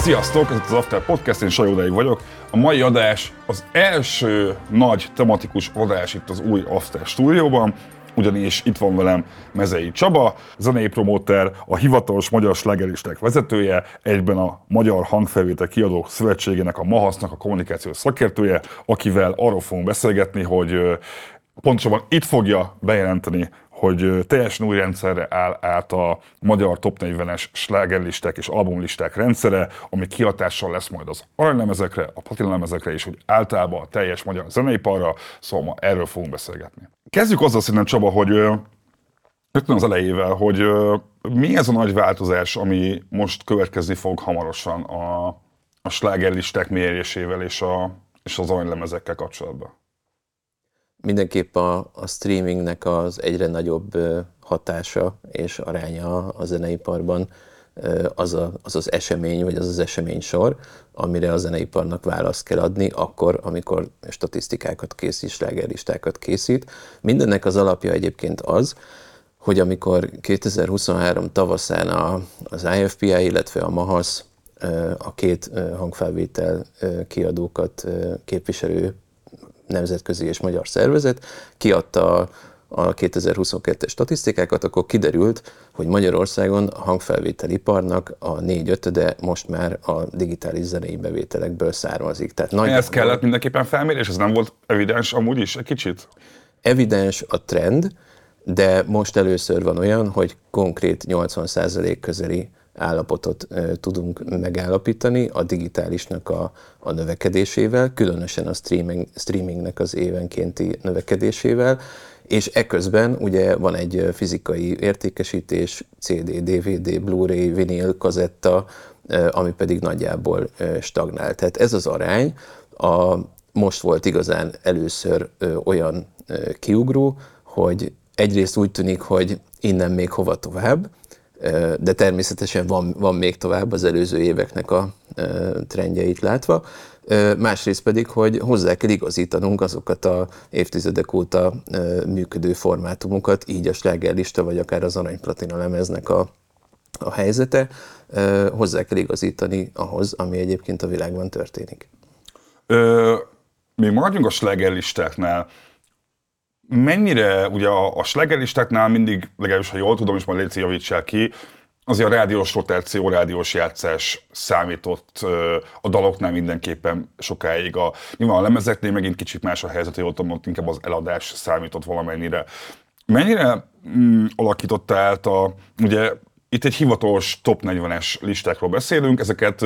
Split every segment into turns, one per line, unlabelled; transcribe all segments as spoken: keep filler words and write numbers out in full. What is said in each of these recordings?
Sziasztok, ez az After Podcast, én Sajó Dei vagyok. A mai adás az első nagy tematikus adás itt az új After stúdióban, ugyanis itt van velem Mezei Csaba, zenei promóter, a hivatalos magyar slágerlisták vezetője, egyben a Magyar Hangfelvétel Kiadók Szövetségének, a MAHASZ-nak a kommunikációs szakértője, akivel arról fogunk beszélgetni, hogy pontosabban itt fogja bejelenteni, hogy teljesen új rendszerre áll át a magyar top negyvenes slágerlisták és albumlisták rendszere, ami kihatással lesz majd az aranylemezekre, a platinalemezekre és úgy általában a teljes magyar zeneiparra, szóval ma erről fogunk beszélgetni. Kezdjük azzal szerintem, Csaba, hogy rögtön az elejével, hogy mi ez a nagy változás, ami most következni fog hamarosan a, a slágerlisták mérésével és, a, és az aranylemezekkel kapcsolatban?
Mindenképp a, a streamingnek az egyre nagyobb hatása és aránya a zeneiparban az, a, az az esemény, vagy az az eseménysor, amire a zeneiparnak választ kell adni, akkor, amikor statisztikákat készít, slágerlistákat készít. Mindennek az alapja egyébként az, hogy amikor kétezer-huszonhárom tavaszán a, az i ef pé i, illetve a MAHASZ a két hangfelvétel kiadókat képviselő nemzetközi és magyar szervezet kiadta a kétezer-huszonkettes statisztikákat, akkor kiderült, hogy Magyarországon a hangfelvételiparnak a négy-ötöde most már a digitális zenei bevételekből származik. Tehát
nagyjából... Ez kellett mindenképpen felmérés, ez nem volt evidens amúgy is egy kicsit?
Evidens a trend, de most először van olyan, hogy konkrét nyolcvan százalék közeli állapotot e, tudunk megállapítani a digitálisnak a, a növekedésével, különösen a streaming, streamingnek az évenkénti növekedésével, és eközben ugye van egy fizikai értékesítés, cé dé, dé vé dé, Blu-ray, vinil, kazetta, e, ami pedig nagyjából e, stagnál. Tehát ez az arány a, most volt igazán először e, olyan e, kiugró, hogy egyrészt úgy tűnik, hogy innen még hova tovább, de természetesen van, van még tovább az előző éveknek a trendjeit látva. Másrészt pedig, hogy hozzá kell igazítanunk azokat a évtizedek óta működő formátumokat, így a slágerlista, vagy akár az arany-platina lemeznek a, a helyzete, hozzá kell igazítani ahhoz, ami egyébként a világban történik.
Ö, még maradjunk a slágerlistáknál. Mennyire, ugye a, a slágerlistáknál mindig, legalábbis ha jól tudom, és majd Léci javítsál ki, azért a rádiós rotáció, rádiós játszás számított a daloknál mindenképpen sokáig. A, nyilván a lemezeknél megint kicsit más a helyzet, hogy jól tudom, ott inkább az eladás számított valamennyire. Mennyire mm, alakította át a, ugye itt egy hivatalos top negyvenes listákról beszélünk, ezeket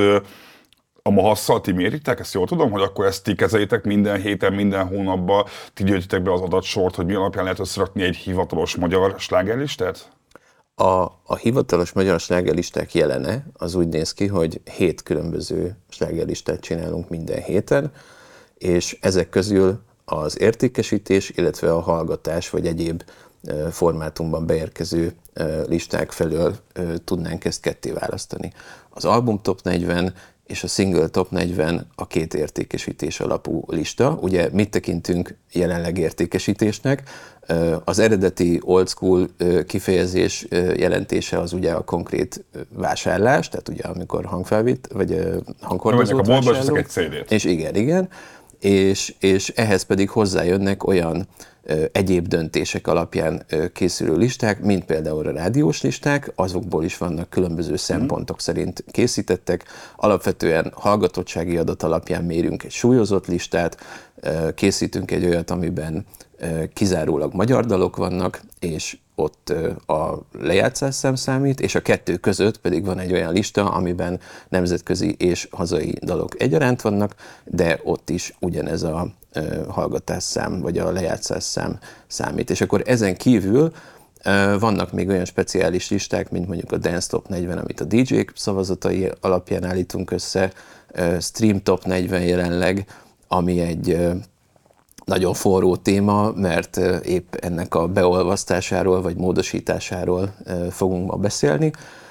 a MAHASZ-szal ti méritek, ezt jól tudom, hogy akkor ezt ti kezeljétek minden héten, minden hónapban, ti gyűjtitek be az adatsort, hogy mi alapján lehet összerakni egy hivatalos magyar slágerlistát?
A, a hivatalos magyar slágerlisták jelene az úgy néz ki, hogy hét különböző slágerlistát csinálunk minden héten, és ezek közül az értékesítés, illetve a hallgatás vagy egyéb formátumban beérkező listák felől tudnánk ezt ketté választani. Az album top negyven és a single top negyven a két értékesítés alapú lista. Ugye mit tekintünk jelenleg értékesítésnek? Az eredeti old school kifejezés jelentése az ugye a konkrét vásárlás, tehát ugye amikor hangfelvét, vagy hangkordozót vásárolunk.
Egy cé dét.
És igen, igen. És, és ehhez pedig hozzájönnek olyan ö, egyéb döntések alapján ö, készülő listák, mint például a rádiós listák, azokból is vannak különböző szempontok szerint készítettek. Alapvetően hallgatottsági adat alapján mérünk egy súlyozott listát, ö, készítünk egy olyat, amiben ö, kizárólag magyar dalok vannak, és ott a lejátszásszám számít, és a kettő között pedig van egy olyan lista, amiben nemzetközi és hazai dalok egyaránt vannak, de ott is ugyanez a hallgatásszám vagy a lejátszásszám számít. És akkor ezen kívül vannak még olyan speciális listák, mint mondjuk a Dance Top negyven, amit a dé jék szavazatai alapján állítunk össze, Stream Top negyven jelenleg, ami egy nagyon forró téma, mert épp ennek a beolvasztásáról vagy módosításáról fogunk ma beszélni.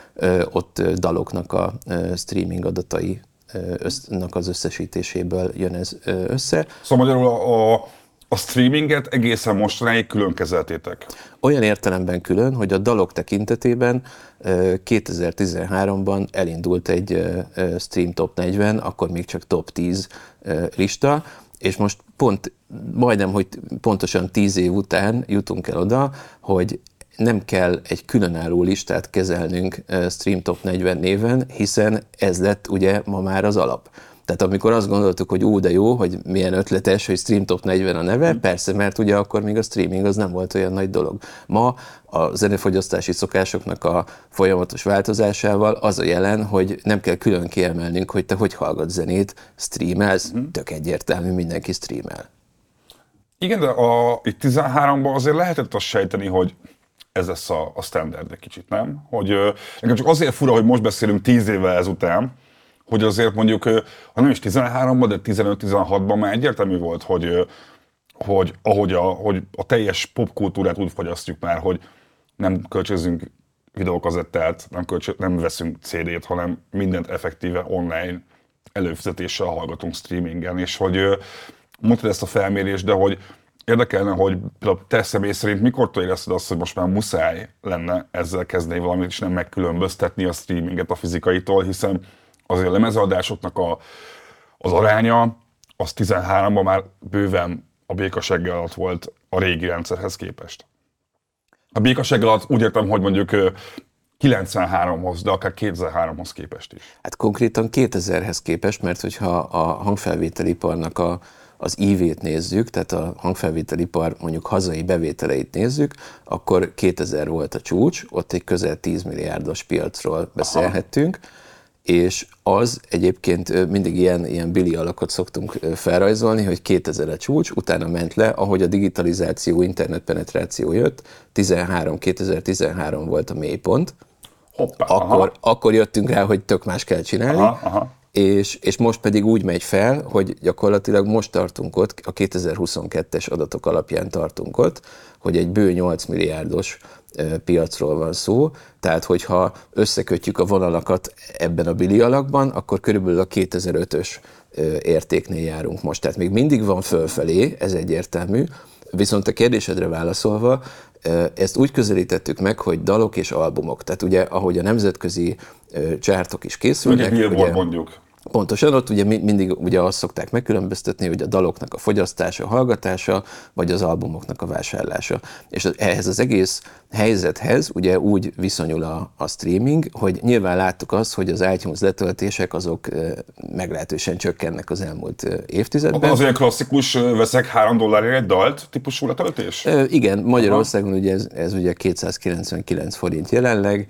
Ott daloknak a streaming adatainak az összesítéséből jön ez össze.
Szóval magyarul a, a a streaminget egészen mostanáig külön kezeltétek.
Olyan értelemben külön, hogy a dalok tekintetében kétezer-tizenháromban elindult egy Stream Top negyven, akkor még csak Top tíz lista, és most pont, majdnem, hogy pontosan tíz év után jutunk el oda, hogy nem kell egy különálló listát kezelnünk Stream Top negyven néven, hiszen ez lett ugye ma már az alap. Tehát amikor azt gondoltuk, hogy ó, de jó, hogy milyen ötletes, hogy Stream Top negyven a neve, persze, mert ugye akkor még a streaming az nem volt olyan nagy dolog. Ma a zenefogyasztási szokásoknak a folyamatos változásával az a jelen, hogy nem kell külön kiemelnünk, hogy te hogy hallgatsz zenét, streamelsz, mm. tök egyértelmű, mindenki streamel.
Igen, de a, itt tizenháromban azért lehetett azt sejteni, hogy ez lesz a, a standard egy kicsit, nem? Hogy ö, nekem csak azért fura, hogy most beszélünk tíz évvel ezután, hogy azért mondjuk, ha nem is tizenháromban, de tizenöt-tizenhatban már egyértelmű volt, hogy, hogy ahogy a, hogy a teljes popkultúrát úgy fogyasztjuk már, hogy nem kölcsönzünk videókazettát, nem, kölcsön, nem veszünk cé dét, hanem mindent effektíve online előfizetéssel hallgatunk streamingen, és hogy mondtad ezt a felmérést, de hogy érdekelne, hogy például te személy szerint mikortól érezted azt, hogy most már muszáj lenne ezzel kezdeni valamit, és nem megkülönböztetni a streaminget a fizikaitól, hiszen azért a lemezadásoknak a, az aránya, az tizenháromban már bőven a békasegge alatt volt a régi rendszerhez képest. A békasegge alatt úgy értem, hogy mondjuk kilencvenháromhoz, de akár kétezer-háromhoz képest is.
Hát konkrétan kétezerhez képest, mert hogyha a hangfelvételiparnak a, az ívét nézzük, tehát a hangfelvételipar mondjuk hazai bevételeit nézzük, akkor kétezer volt a csúcs, ott egy közel tíz milliárdos piacról beszélhettünk, aha. És az egyébként mindig ilyen, ilyen Billy alakot szoktunk felrajzolni, hogy kétezer a csúcs, utána ment le, ahogy a digitalizáció, internetpenetráció jött, tizenhárom, kétezer-tizenhárom volt a mélypont,
Hoppá,
akkor, akkor jöttünk rá, hogy tök más kell csinálni, aha, aha. És, és most pedig úgy megy fel, hogy gyakorlatilag most tartunk ott, a kétezer-huszonkettes adatok alapján tartunk ott, hogy egy bő nyolc milliárdos piacról van szó, tehát hogyha összekötjük a vonalakat ebben a Billy alakban, akkor körülbelül a kétezer-ötös értéknél járunk most. Tehát még mindig van fölfelé, ez egyértelmű, viszont a kérdésedre válaszolva, ezt úgy közelítettük meg, hogy dalok és albumok. Tehát ugye, ahogy a nemzetközi csártok is készülnek.
Ugye Billboard mondjuk.
Pontosan, ott ugye mindig ugye azt szokták megkülönböztetni, hogy a daloknak a fogyasztása, hallgatása, vagy az albumoknak a vásárlása. És ehhez az egész helyzethez ugye úgy viszonyul a, a streaming, hogy nyilván láttuk azt, hogy az iTunes letöltések azok meglehetősen csökkennek az elmúlt évtizedben.
Az olyan klasszikus, veszek három dollárért egy dalt típusú letöltés?
E, igen, Magyarországon ugye ez, ez ugye kétszázkilencvenkilenc forint jelenleg,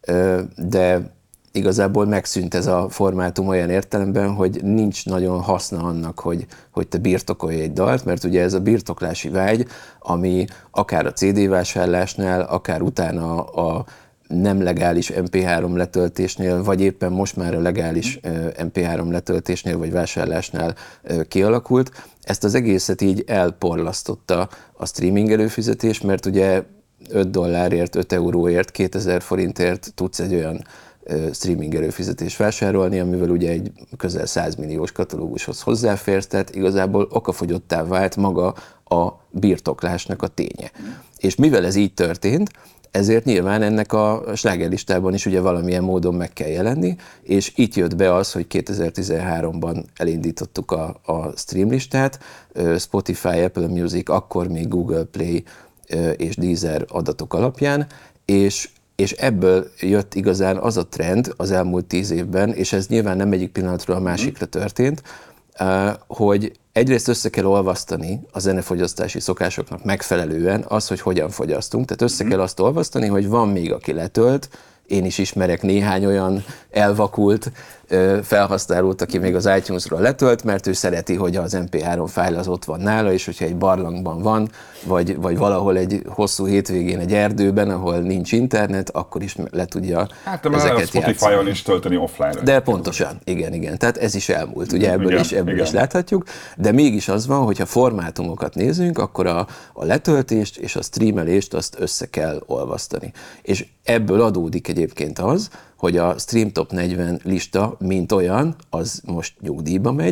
de igazából megszűnt ez a formátum olyan értelemben, hogy nincs nagyon haszna annak, hogy, hogy te birtokolj egy dalt, mert ugye ez a birtoklási vágy, ami akár a cé dé vásárlásnál, akár utána a nem legális em pé három letöltésnél, vagy éppen most már a legális em pé három letöltésnél, vagy vásárlásnál kialakult. Ezt az egészet így elporlasztotta a streaming előfizetés, mert ugye öt dollárért, öt euróért, kétezer forintért tudsz egy olyan streaming előfizetést vásárolni, amivel ugye egy közel száz milliós katalógushoz hozzáférsz, tehát igazából okafogyottá vált maga a birtoklásnak a ténye. És mivel ez így történt, ezért nyilván ennek a slágerlistában is ugye valamilyen módon meg kell jelenni, és itt jött be az, hogy kétezer-tizenháromban elindítottuk a, a streamlistát, Spotify, Apple Music, akkor még Google Play és Deezer adatok alapján, és és ebből jött igazán az a trend az elmúlt tíz évben, és ez nyilván nem egyik pillanatról a másikra történt, hogy egyrészt össze kell olvasztani a zenefogyasztási szokásoknak megfelelően az, hogy hogyan fogyasztunk. Tehát össze kell azt olvasztani, hogy van még, aki letölt, én is ismerek néhány olyan elvakult felhasználót, aki még az iTunes-ról letölt, mert ő szereti, hogy az em pé három fájl az ott van nála, és hogyha egy barlangban van, vagy, vagy valahol egy hosszú hétvégén egy erdőben, ahol nincs internet, akkor is le tudja
hát,
ezeket
játszani. Spotify-on is tölteni offline-ra.
De pontosan, igen, igen. Tehát ez is elmúlt, ugye ebből, igen, is, ebből is láthatjuk, de mégis az van, hogyha formátumokat nézünk, akkor a, a letöltést és a streamelést azt össze kell olvasztani. És ebből adódik egyébként az, hogy a Stream Top negyven lista, mint olyan, az most nyugdíjba megy,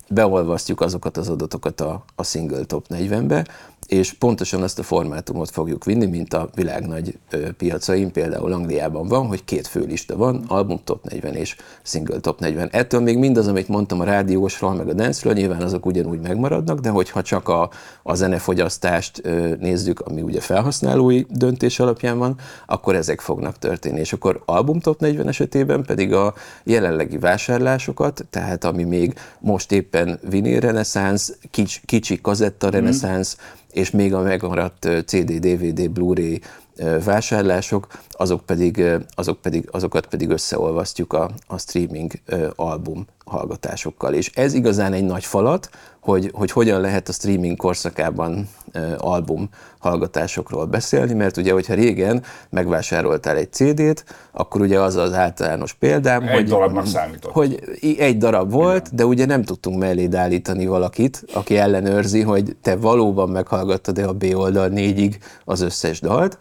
beolvasztjuk azokat az adatokat a, a single top negyvenbe, és pontosan azt a formátumot fogjuk vinni, mint a világ nagy ö, piacain, például Angliában van, hogy két főlista van, album top negyven és single top negyven. Ettől még mindaz, amit mondtam a rádiósról, meg a dance-ről, nyilván azok ugyanúgy megmaradnak, de hogyha csak a, a zenefogyasztást ö, nézzük, ami ugye felhasználói döntés alapján van, akkor ezek fognak történni. És akkor album top negyven esetében pedig a jelenlegi vásárlásokat, tehát ami még most éppen vinil reneszánsz, kicsi, kicsi kazetta reneszánsz, mm. és még a megmaradt cé dé, dé vé dé, Blu-ray vásárlások, azok pedig, azok pedig, azokat pedig összeolvasztjuk a, a streaming album hallgatásokkal. És ez igazán egy nagy falat, hogy, hogy hogyan lehet a streaming korszakában album hallgatásokról beszélni, mert ugye, hogyha régen megvásároltál egy cé dét, akkor ugye az az általános példám,
egy
hogy,
darabnak számított.
hogy egy darab volt, igen. De ugye nem tudtunk melléd állítani valakit, aki ellenőrzi, hogy te valóban meghallgattad-e a B oldal négyig az összes dalt,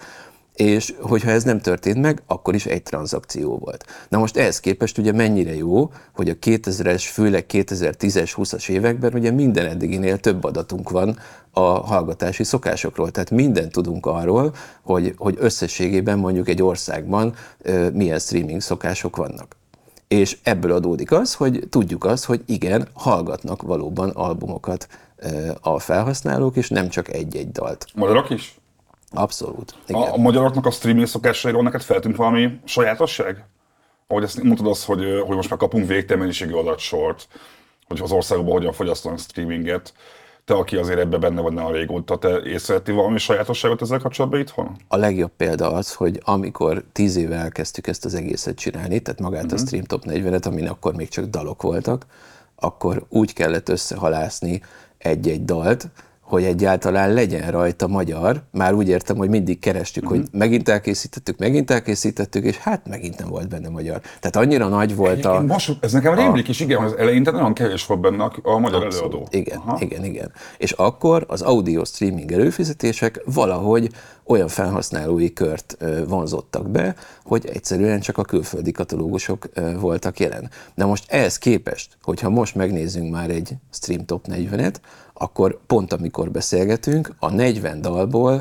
és hogyha ez nem történt meg, akkor is egy tranzakció volt. Na most ehhez képest ugye mennyire jó, hogy a kétezres, főleg kétezer-tízes, húszas években ugye minden eddiginél több adatunk van a hallgatási szokásokról. Tehát mindent tudunk arról, hogy, hogy összességében mondjuk egy országban ö, milyen streaming szokások vannak. És ebből adódik az, hogy tudjuk azt, hogy igen, hallgatnak valóban albumokat ö, a felhasználók, és nem csak egy-egy dalt.
Magyarok is?
Abszolút.
A, a magyaroknak a streaming szokásairól neked feltűnt valami sajátosság? Ahogy ezt mondtad azt, hogy, hogy most már kapunk végtelen mennyiségű adatsort, hogy az országokban hogyan fogyasztanak streaminget. Te, aki azért ebben benne vagy nagyon régóta, te észrevettél valami sajátosságot ezzel kapcsolatban itthon?
A legjobb példa az, hogy amikor tíz éve elkezdtük ezt az egészet csinálni, tehát magát uh-huh. a Stream Top negyvenet, amin akkor még csak dalok voltak, akkor úgy kellett összehalászni egy-egy dalt, hogy egyáltalán legyen rajta magyar, már úgy értem, hogy mindig kerestük, uh-huh. hogy megint elkészítettük, megint elkészítettük, és hát megint nem volt benne magyar. Tehát annyira nagy volt a...
Most, ez nekem rémlik is, igen, hogy az eleinte nagyon kevés volt benne a, a magyar abszolút, előadó.
Igen, Aha. igen, igen. És akkor az audio streaming előfizetések valahogy olyan felhasználói kört vonzottak be, hogy egyszerűen csak a külföldi katalógusok voltak jelen. De most ehhez képest, hogyha most megnézzünk már egy Stream Top negyvenet, akkor pont amikor beszélgetünk, a negyven dalból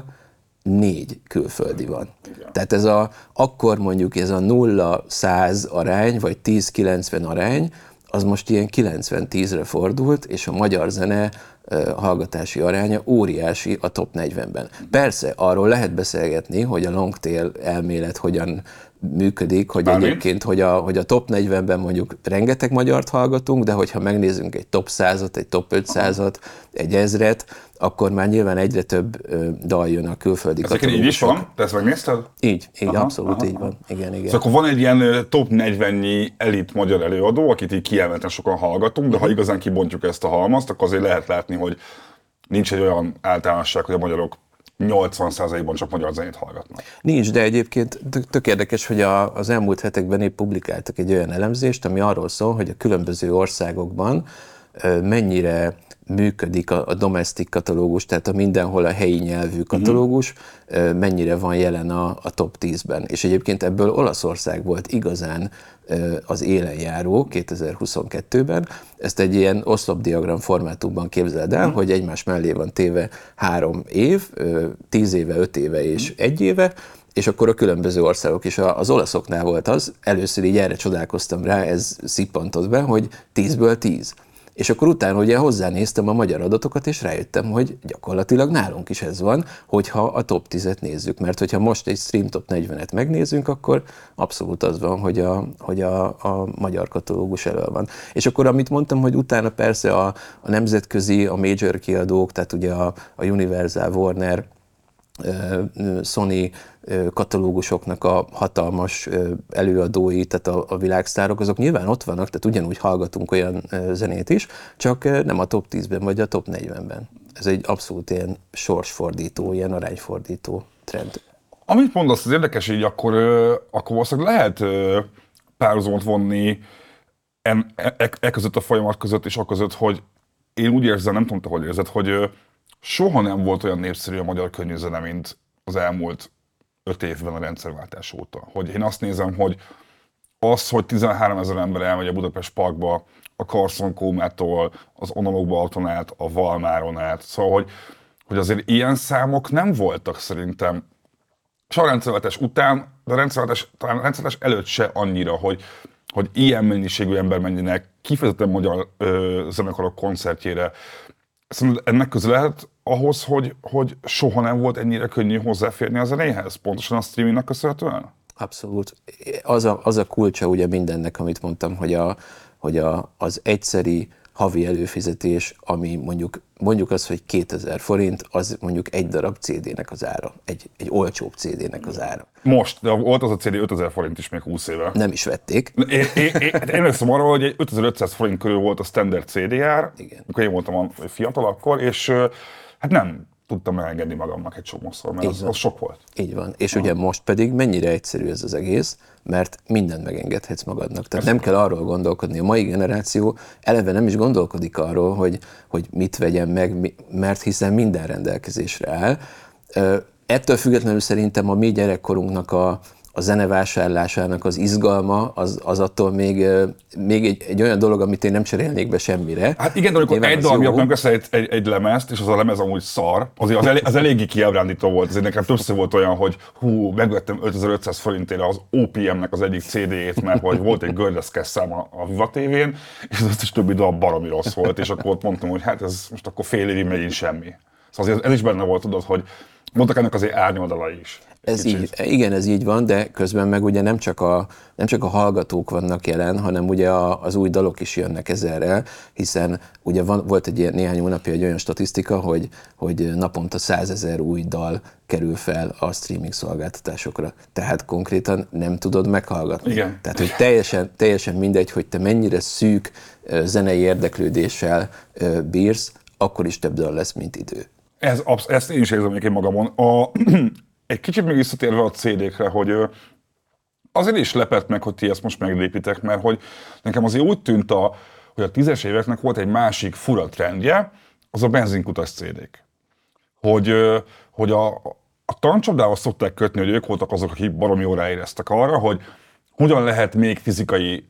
négy külföldi van. Igen. Tehát ez a, akkor mondjuk ez a nulla száz arány, vagy tíz kilencven arány, az most ilyen kilencven tízre fordult, és a magyar zene uh, hallgatási aránya óriási a top negyvenben. Persze, arról lehet beszélgetni, hogy a longtail elmélet hogyan működik, hogy Bármint. egyébként, hogy a, hogy a top negyvenben mondjuk rengeteg magyart hallgatunk, de hogyha megnézzünk egy top százat, egy top ötszázat, egy ezret, akkor már nyilván egyre több ö, dal jön a külföldi katalógusok.
Ez így is van? Te ezt megnézted?
Így, így
aha,
abszolút
aha,
így
aha.
van. Igen, igen.
Szóval akkor van egy ilyen top negyvennyi elit magyar előadó, akit így kiemelten sokan hallgatunk, de uh-huh. ha igazán kibontjuk ezt a halmazt, akkor azért lehet látni, hogy nincs egy olyan általánosság, hogy a magyarok nyolcvan százalékban csak magyar zenét hallgatnak.
Nincs, de egyébként tök érdekes, hogy a, az elmúlt hetekben épp publikáltak egy olyan elemzést, ami arról szól, hogy a különböző országokban mennyire működik a, a domestic katalógus, tehát a mindenhol a helyi nyelvű katalógus, uh-huh. mennyire van jelen a, a top tízben. És egyébként ebből Olaszország volt igazán az élenjáró kétezer-huszonkettőben. Ezt egy ilyen oszlopdiagram formátumban képzeld el, uh-huh. hogy egymás mellé van téve három év, tíz éve, öt éve és uh-huh. egy éve, és akkor a különböző országok is. Az olaszoknál volt az, először így erre csodálkoztam rá, ez szippantott be, hogy tízből tíz. És akkor utána ugye hozzánéztem a magyar adatokat, és rájöttem, hogy gyakorlatilag nálunk is ez van, hogyha a top tízet nézzük. Mert hogyha most egy Stream Top negyvenet megnézzünk, akkor abszolút az van, hogy a, hogy a, a magyar katalógus elől van. És akkor amit mondtam, hogy utána persze a, a nemzetközi, a major kiadók, tehát ugye a, a Universal, Warner, Sony katalógusoknak a hatalmas előadói, tehát a, a világsztárok, azok nyilván ott vannak, tehát ugyanúgy hallgatunk olyan zenét is, csak nem a top tízben vagy a top negyvenben. Ez egy abszolút ilyen sorsfordító, ilyen arányfordító trend.
Amit mondasz, az érdekes, így akkor, akkor valószínűleg lehet párhuzamot vonni e, e, e között a folyamat között és a között, hogy én úgy érzem, nem tudom te, hogy érzed, hogy soha nem volt olyan népszerű a magyar könnyű zene, mint az elmúlt öt évben a rendszerváltás óta. Hogy én azt nézem, hogy az, hogy tizenháromezer ember elmegy a Budapest Parkba, a Carson Kómától, az Onomok-Balaton át, a Valmáron át. Szóval, hogy, hogy azért ilyen számok nem voltak szerintem. És a rendszerváltás után, de a rendszerváltás, talán a rendszerváltás előtt se annyira, hogy, hogy ilyen mennyiségű ember menjenek kifejezetten magyar ö, zenekarok koncertjére. Szerintem ennek köze lehet ahhoz, hogy, hogy soha nem volt ennyire könnyű hozzáférni a zenéhez, pontosan a streamingnak köszönhetően?
Abszolút. Az a, az a kulcsa ugye mindennek, amit mondtam, hogy, a, hogy a, az egyszeri havi előfizetés, ami mondjuk, mondjuk az, hogy kétezer forint, az mondjuk egy darab cé dé-nek az ára, egy, egy olcsóbb cé dé-nek az ára.
Most, de volt az a cé dé ötezer forint is még húsz éve.
Nem is vették.
Én, én, én, én emlékszem arra, hogy egy ötezer-ötszáz forint körül volt a standard cé dé ár,
Igen.
amikor én voltam a fiatal akkor, és hát nem tudtam elengedni magamnak egy csomószor, mert az, az sok volt.
Így van. És ah. ugye most pedig mennyire egyszerű ez az egész, mert mindent megengedhetsz magadnak. Tehát ez nem kell arról gondolkodni. A mai generáció eleve nem is gondolkodik arról, hogy, hogy mit vegyen meg, mert hiszen minden rendelkezésre áll. Ettől függetlenül szerintem a mi gyerekkorunknak a, a zenevásárlásának az izgalma, az, az attól még, még egy, egy olyan dolog, amit én nem cserélnék be semmire.
Hát igen, de amikor egy darab miatt nem veszel egy, egy, egy lemezt, és az a lemez amúgy szar, azért az, elég, az eléggé kiábrándító volt. Azért nekem többször volt olyan, hogy hú, megvettem ötezer-ötszáz forintért az o pé em-nek az egyik cé dé-jét, mert hogy volt egy gördeszkes szám a, a Viva tévén, és az is többi darab baromi rossz volt, és akkor ott mondtam, hogy hát ez most akkor fél évig megint semmi. Szóval azért ez is benne volt, tudod, hogy mondtak ennek azért árnyoldalai is.
Ez így, igen, ez így van, de közben meg ugye nem csak a, nem csak a hallgatók vannak jelen, hanem ugye a, az új dalok is jönnek ezerrel, hiszen ugye van, volt egy ilyen, néhány hónapja egy olyan statisztika, hogy, hogy naponta százezer új dal kerül fel a streaming szolgáltatásokra. Tehát konkrétan nem tudod meghallgatni.
Igen.
Tehát, hogy teljesen, teljesen mindegy, hogy te mennyire szűk zenei érdeklődéssel bírsz, akkor is több dal lesz, mint idő.
Ez, ezt én is érzem egyébként magamon. A, egy kicsit még visszatérve a cé dé-kre, hogy azért is lepett meg, hogy ti ezt most meglépitek, mert hogy nekem azért úgy tűnt, a, hogy a tízes éveknek volt egy másik fura trendje, az a benzinkutas cé dé-k. Hogy, hogy a, a tancsapdához szokták kötni, hogy ők voltak azok, akik baromi jól ráéreztek arra, hogy hogyan lehet még fizikai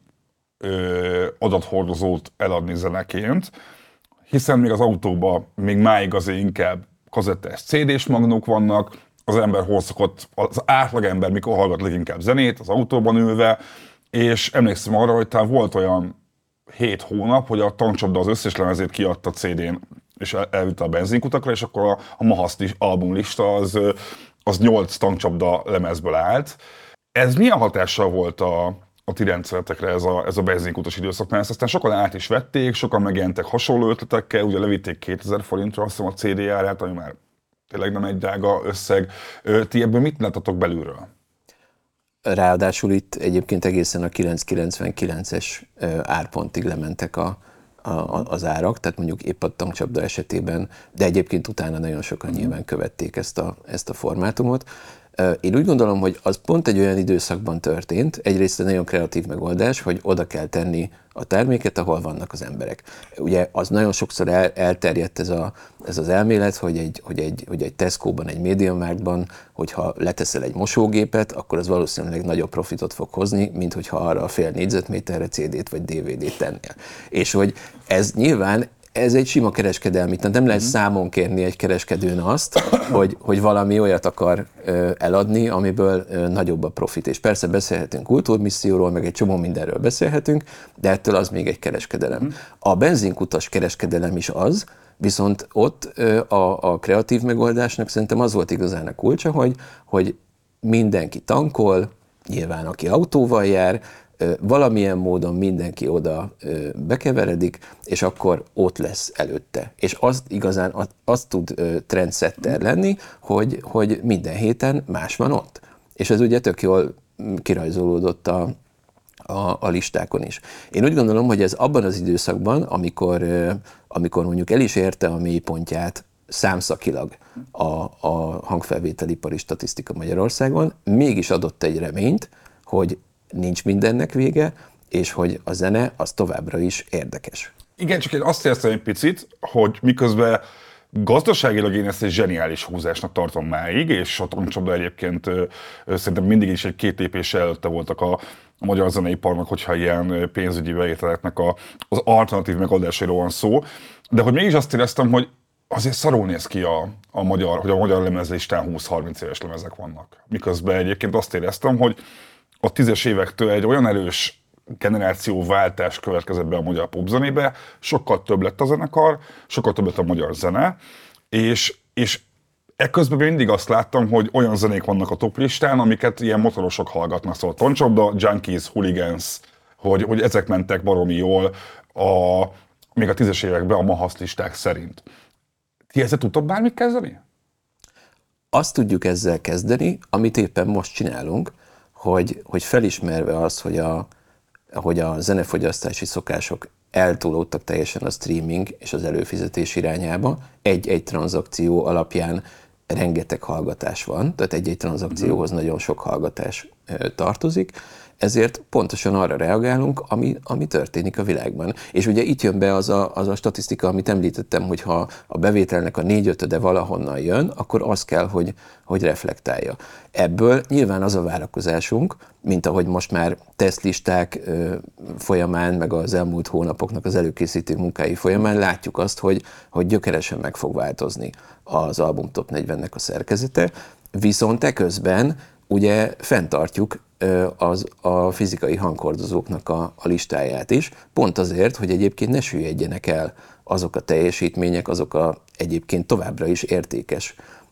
ö, adathordozót eladni zeneként, hiszen még az autóban még máig azért inkább kazettás cé dés magnók vannak, az ember hol szokott, az átlagember mikor hallgat leginkább zenét, az autóban ülve, és emlékszem arra, hogy talán volt olyan hét hónap, hogy a Tankcsapda az összes lemezét kiadta cé dén, és el, elvitte a benzinkutakra, és akkor a, a Mahaszt albumlista az, az nyolc Tankcsapda lemezből állt. Ez milyen hatással volt a a ti rendszeretekre ez a, ez a benzinkutas időszak, mert ezt aztán sokan át is vették, sokan megjelentek hasonló ötletekkel, ugye levitték kétezer forintra azt hiszem a cé dé árát, ami már tényleg nem egy drága összeg. Ti ebből mit láttatok belülről?
Ráadásul itt egyébként egészen a kilenc kilencvenkilences árpontig lementek a, a, az árak, tehát mondjuk épp a Tankcsapda esetében, de egyébként utána nagyon sokan mm. nyilván követték ezt a, ezt a formátumot. Én úgy gondolom, hogy az pont egy olyan időszakban történt, egyrészt egy nagyon kreatív megoldás, hogy oda kell tenni a terméket, ahol vannak az emberek. Ugye az nagyon sokszor el, elterjedt ez, a, ez az elmélet, hogy egy, hogy, egy, hogy egy Tesco-ban, egy MediaMarktban, hogyha leteszel egy mosógépet, akkor az valószínűleg nagyobb profitot fog hozni, mint hogyha arra a fél négyzetméterre cé dét vagy dé vé dét tennél. És hogy ez nyilván ez egy sima kereskedelmi, tehát nem lehet számon kérni egy kereskedőn azt, hogy, hogy valami olyat akar ö, eladni, amiből ö, nagyobb a profit. És persze beszélhetünk kultúrmisszióról, meg egy csomó mindenről beszélhetünk, de ettől az még egy kereskedelem. A benzinkutas kereskedelem is az, viszont ott ö, a, a kreatív megoldásnak szerintem az volt igazán a kulcsa, hogy, hogy mindenki tankol, nyilván aki autóval jár, valamilyen módon mindenki oda bekeveredik, és akkor ott lesz előtte. És azt igazán, azt tud trendsetter lenni, hogy, hogy minden héten más van ott. És ez ugye tök jól kirajzolódott a, a, a listákon is. Én úgy gondolom, hogy ez abban az időszakban, amikor, amikor mondjuk el is érte a mélypontját számszakilag a, a hangfelvételipari statisztika Magyarországon, mégis adott egy reményt, hogy nincs mindennek vége, és hogy a zene az továbbra is érdekes.
Igen, csak én azt értem egy picit, hogy miközben Gazdaságilag én ezt egy zseniális húzásnak tartom máig, és a Tankcsapda egyébként ö, ö, szerintem mindig is egy két lépéssel előtte voltak a, a magyar zeneiparnak, hogyha ilyen pénzügyi bevételeknek a, az alternatív megoldásairól van szó. De hogy mégis azt éreztem, hogy azért szarul néz ki a, a magyar, hogy a magyar lemezlistán húsz-harminc éves lemezek vannak. Miközben egyébként azt éreztem, hogy a tízes évektől egy olyan erős generációváltás következett be a magyar popzenébe, sokkal több lett a zenekar, sokkal több lett a magyar zene, és, és ekközben mindig azt láttam, hogy olyan zenék vannak a toplistán, amiket ilyen motorosok hallgatnak, szóval Tankcsapda, Junkies, Hooligans, hogy, hogy ezek mentek baromi jól a, még a tízes években a Mahasz listák szerint. Ti ezzel tudtok bármit kezdeni?
Azt tudjuk ezzel kezdeni, amit éppen most csinálunk, hogy, hogy felismerve azt, hogy a, hogy a zenefogyasztási szokások eltolódtak teljesen a streaming és az előfizetés irányába, egy-egy tranzakció alapján rengeteg hallgatás van, tehát egy-egy tranzakcióhoz nagyon sok hallgatás tartozik, ezért pontosan arra reagálunk, ami, ami történik a világban. És ugye itt jön be az a, az a statisztika, amit említettem, hogy ha a bevételnek a négyötöde valahonnan jön, akkor az kell, hogy, hogy reflektálja. Ebből nyilván az a várakozásunk, mint ahogy most már tesztlisták folyamán, meg az elmúlt hónapoknak az előkészítő munkái folyamán látjuk azt, hogy, hogy gyökeresen meg fog változni az album top negyvennek a szerkezete, viszont eközben ugye fenntartjuk az a fizikai hangkordozóknak a, a listáját is, pont azért, hogy egyébként ne süllyedjenek el azok a teljesítmények, azok a egyébként továbbra is értékes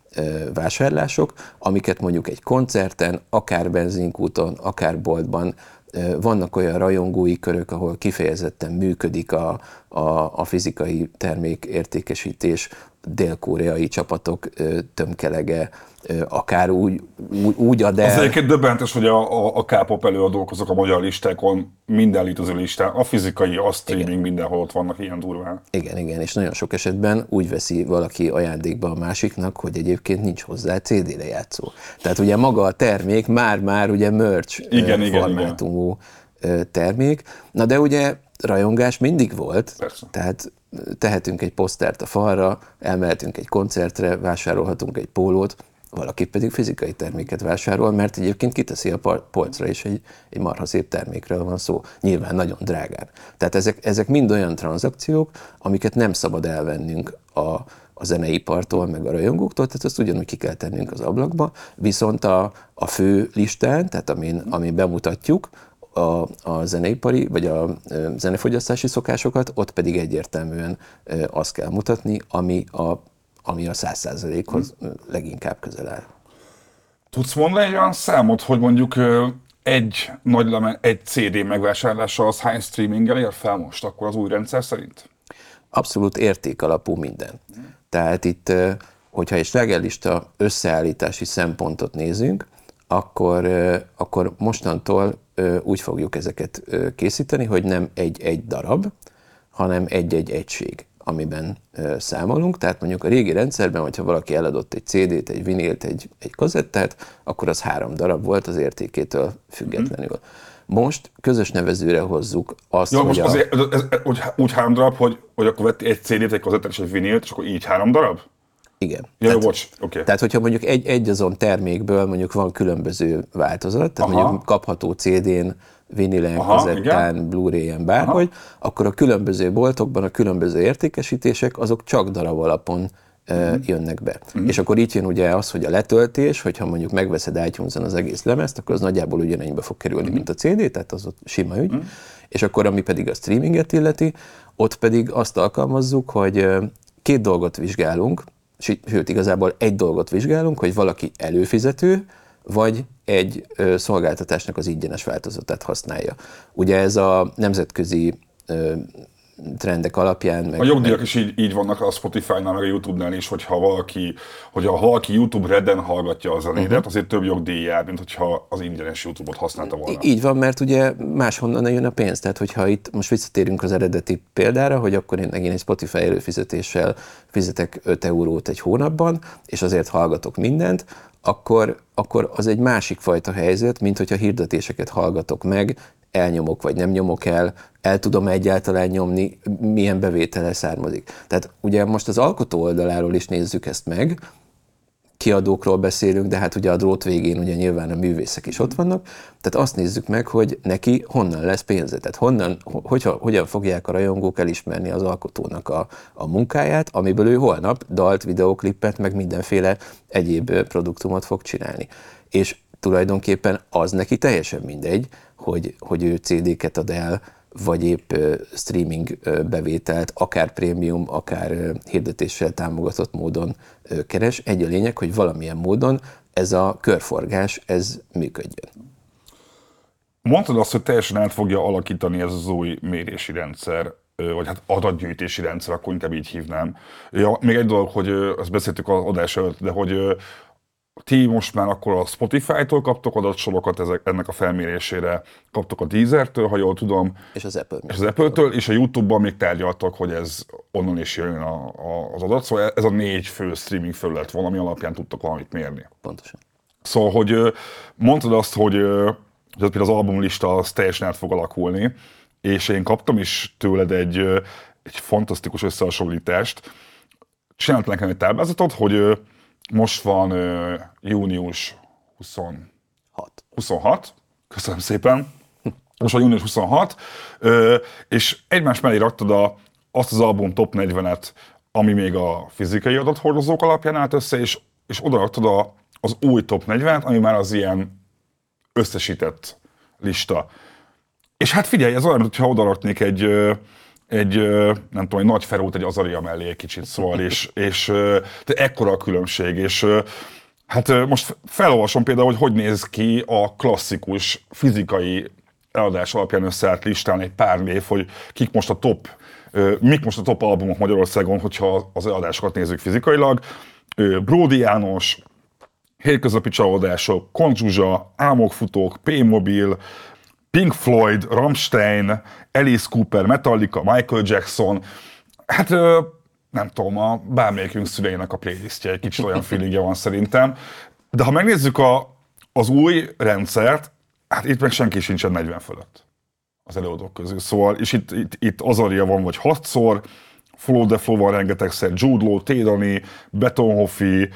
vásárlások, amiket mondjuk egy koncerten, akár benzinkúton, akár boltban, vannak olyan rajongói körök, ahol kifejezetten működik a, a, a fizikai termék értékesítés, dél-koreai csapatok tömkelege, akár úgy, úgy, úgy ad el.
Az egyébként döbbenetes, hogy a, a, a K-pop előadók azok a magyar listákon, minden létező listán, a fizikai, a streaming, igen, mindenhol ott vannak ilyen durván.
Igen, igen, és nagyon sok esetben úgy veszi valaki ajándékba a másiknak, hogy egyébként nincs hozzá cé dé lejátszó. Tehát ugye maga a termék már-már ugye merch
igen,
formátumú igen. termék. Na de ugye rajongás mindig volt,
persze.
Tehát tehetünk egy posztert a falra, elmehetünk egy koncertre, vásárolhatunk egy pólót, valaki pedig fizikai terméket vásárol, mert egyébként kiteszi a polcra, és egy, egy marha szép termékről van szó. Nyilván nagyon drágán. Tehát ezek, ezek mind olyan tranzakciók, amiket nem szabad elvennünk a, a zeneipartól, meg a rajongóktól, tehát ezt ugyanúgy ki kell tennünk az ablakba, viszont a, a fő listán, tehát amin, amin bemutatjuk, A, a zeneipari, vagy a zenefogyasztási szokásokat, ott pedig egyértelműen azt kell mutatni, ami a, ami a száz százalékhoz leginkább közel áll.
Tudsz mondani egy olyan számot, hogy mondjuk egy nagy leme, egy cé dé megvásárlása az hány streaminggel ér fel most akkor az új rendszer szerint?
Abszolút értékalapú minden. Tehát itt, hogyha egy slágerlista összeállítási szempontot nézünk, akkor, akkor mostantól úgy fogjuk ezeket készíteni, hogy nem egy-egy darab, hanem egy-egy egység, amiben számolunk. Tehát mondjuk a régi rendszerben, hogyha valaki eladott egy cé dét, egy vinilt, egy, egy kazettát, akkor az három darab volt az értékétől függetlenül. Most közös nevezőre hozzuk azt,
ja,
hogy
most
a...
azért, ez, ez, úgy, úgy három darab, hogy, hogy akkor vett egy cé dét, egy kazettát és egy vinilt, és akkor így három darab?
Igen.
Ja, tehát, bocs, okay.
Tehát, hogyha mondjuk egy, egy azon termékből mondjuk van különböző változat, tehát aha, mondjuk kapható cé dén, vinilen, aha, kazettán, Blu-ray-en, bárhogy, aha, akkor a különböző boltokban a különböző értékesítések azok csak darab alapon uh-huh. jönnek be. Uh-huh. És akkor itt jön ugye az, hogy a letöltés, hogyha mondjuk megveszed iTunes-on az egész lemezt, akkor az nagyjából ugyanennyibe fog kerülni, uh-huh. mint a cé dé, tehát az ott sima ügy. Uh-huh. És akkor ami pedig a streaminget illeti, ott pedig azt alkalmazzuk, hogy két dolgot vizsgálunk, sőt, igazából egy dolgot vizsgálunk, hogy valaki előfizető, vagy egy ö, szolgáltatásnak az ingyenes változatát használja. Ugye ez a nemzetközi ö, trendek alapján... Meg,
a jogdíjak
meg...
is így, így vannak a Spotify-nál, meg a YouTube-nál is, hogyha valaki, hogyha valaki YouTube Redden hallgatja a zenédet, uh-huh. azért több jogdíj jár, mint hogyha az ingyenes YouTube-ot használta volna.
Így van, mert ugye máshonnan jön a pénz. Tehát, hogyha itt most visszatérünk az eredeti példára, hogy akkor én megint egy Spotify előfizetéssel fizetek öt eurót egy hónapban, és azért hallgatok mindent, akkor, akkor az egy másik fajta helyzet, mint hogyha hirdetéseket hallgatok meg elnyomok vagy nem nyomok el, el tudom egyáltalán nyomni, milyen bevétele származik. Tehát ugye most az alkotó oldaláról is nézzük ezt meg, kiadókról beszélünk, de hát ugye a drót végén ugye nyilván a művészek is ott vannak, tehát azt nézzük meg, hogy neki honnan lesz pénze, tehát honnan, hogyha, hogyan fogják a rajongók elismerni az alkotónak a, a munkáját, amiből ő holnap dalt, videóklipet, meg mindenféle egyéb produktumot fog csinálni. És tulajdonképpen az neki teljesen mindegy, hogy, hogy ő cé dé-ket ad el, vagy épp streaming bevételt, akár prémium, akár hirdetéssel támogatott módon keres. Egy a lényeg, hogy valamilyen módon ez a körforgás, ez működjön.
Mondtad azt, hogy teljesen át fogja alakítani ez az új mérési rendszer, vagy hát adatgyűjtési rendszer, akkor inkább így hívnám. Ja, még egy dolog, hogy ezt beszéltük az adás előtt, de hogy ti most már akkor a Spotify-tól kaptok adatsorokat ezek, ennek a felmérésére, kaptok a Deezertől, ha jól tudom,
és az Apple
és az Apple-től, és a YouTube-ban még tárgyaltak, hogy ez onnan is jön a, a, az adat, szóval ez a négy fő streaming felület valami alapján tudtak valamit mérni.
Pontosan.
Szóval, hogy mondtad azt, hogy, hogy például az albumlista az teljesen át fog alakulni, és én kaptam is tőled egy, egy fantasztikus összehasonlítást. Csináltam nekem egy táblázatot, hogy most van uh, június huszonhat, köszönöm szépen, most van június huszonhat, uh, és egymás mellé raktad a, azt az album top negyvenet, ami még a fizikai adathordozók alapján állt össze, és, és oda raktad a, az új top negyvenet, ami már az ilyen összesített lista. És hát figyelj, ez olyan, mintha oda raknék egy... egy, nem tudom, egy nagy Ferót egy Azaria mellé egy kicsit, szóval, és, és de ekkora a különbség, és hát most felolvasom például, hogy hogy néz ki a klasszikus fizikai eladás alapján összeállt listán egy pár név, hogy kik most a top, mik most a top albumok Magyarországon, hogyha az eladásokat nézzük fizikailag. Bródi János, Hétköznapi csalódások, Konzsuzsa, Álmokfutók, P-Mobil, Pink Floyd, Rammstein, Alice Cooper, Metallica, Michael Jackson, hát nem tudom, a bármelyikünk szüleinek a playlistje, egy kicsit olyan feelingje van szerintem. De ha megnézzük a, az új rendszert, hát itt meg senki sincsen negyven fölött az előadók közül. Szóval, és itt, itt, itt Azaria van vagy hatszor, Follow the Flow van rengetegszer, Jude Law, Tédani, Betonhoffi,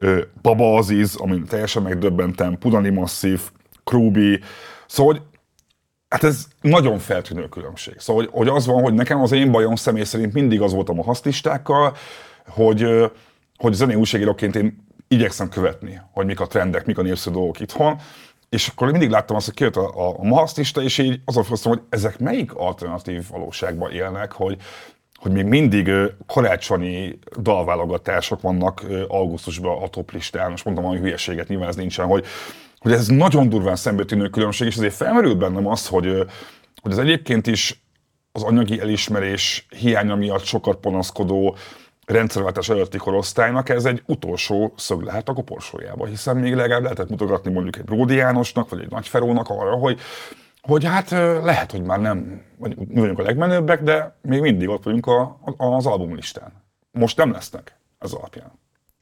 Baba Aziz, amin teljesen megdöbbentem, Pudani Massive, Krúbi, szóval hát ez nagyon feltűnő különbség. Szóval, hogy, hogy az van, hogy nekem az én bajom személy szerint mindig az voltam a haszlistákkal, hogy, hogy zenei újságíróként én igyekszem követni, hogy mik a trendek, mik a népszerű dolgok itthon, és akkor mindig láttam azt, hogy kijött a, a, a mahaszlista, és így azon fogtam, hogy ezek melyik alternatív valóságban élnek, hogy, hogy még mindig karácsonyi dalválogatások vannak augusztusban a toplistán. Most mondtam valami hülyeséget, nyilván ez nincsen, hogy hogy ez nagyon durván szembetűnő különbség, és azért felmerült bennem az, hogy, hogy az egyébként is az anyagi elismerés hiánya miatt sokat panaszkodó rendszerváltás előtti korosztálynak ez egy utolsó szög lehet a koporsójába, hiszen még legalább lehetett mutogatni mondjuk egy Bródi Jánosnak, vagy egy Nagy Ferónak arra, hogy, hogy hát lehet, hogy már nem mi vagyunk a legmenőbbek, de még mindig ott vagyunk a, a, az albumlistán. Most nem lesznek ez alapján.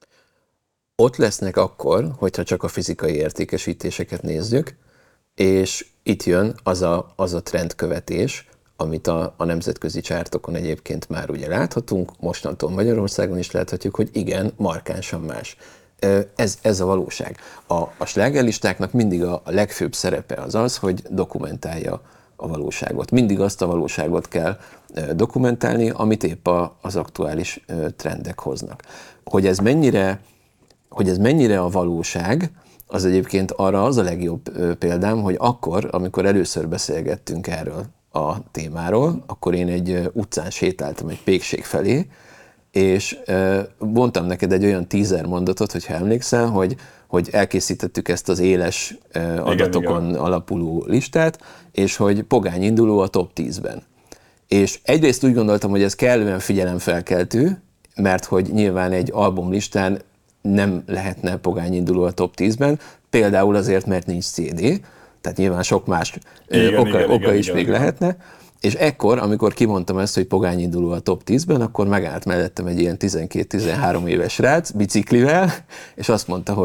Ott lesznek akkor, hogyha csak a fizikai értékesítéseket nézzük, és itt jön az a, az a trendkövetés, amit a, a nemzetközi csártokon egyébként már ugye láthatunk, mostantól Magyarországon is láthatjuk, hogy igen, markánsan más. Ez, ez a valóság. A, a slágerlistáknak mindig a, a legfőbb szerepe az az, hogy dokumentálja a valóságot. Mindig azt a valóságot kell dokumentálni, amit épp a, az aktuális trendek hoznak. Hogy ez mennyire Hogy ez mennyire a valóság, az egyébként arra az a legjobb példám, hogy akkor, amikor először beszélgettünk erről a témáról, akkor én egy utcán sétáltam egy pékség felé, és mondtam neked egy olyan teaser mondatot, hogyha emlékszel, hogy, hogy elkészítettük ezt az éles adatokon igen, igen. alapuló listát, és hogy pogány induló a top tízben. És egyrészt úgy gondoltam, hogy ez kellően figyelemfelkeltő, mert hogy nyilván egy albumlistán nem lehetne pogány induló a top tízben, például azért, mert nincs cé dé, tehát nyilván sok más igen, oka, igen, oka igen, is igen, még igen. lehetne, és ekkor, amikor kimondtam ezt, hogy pogány induló a top tízben, akkor megállt mellettem egy ilyen tizenkét-tizenhárom éves srác biciklivel, és azt mondta, hogy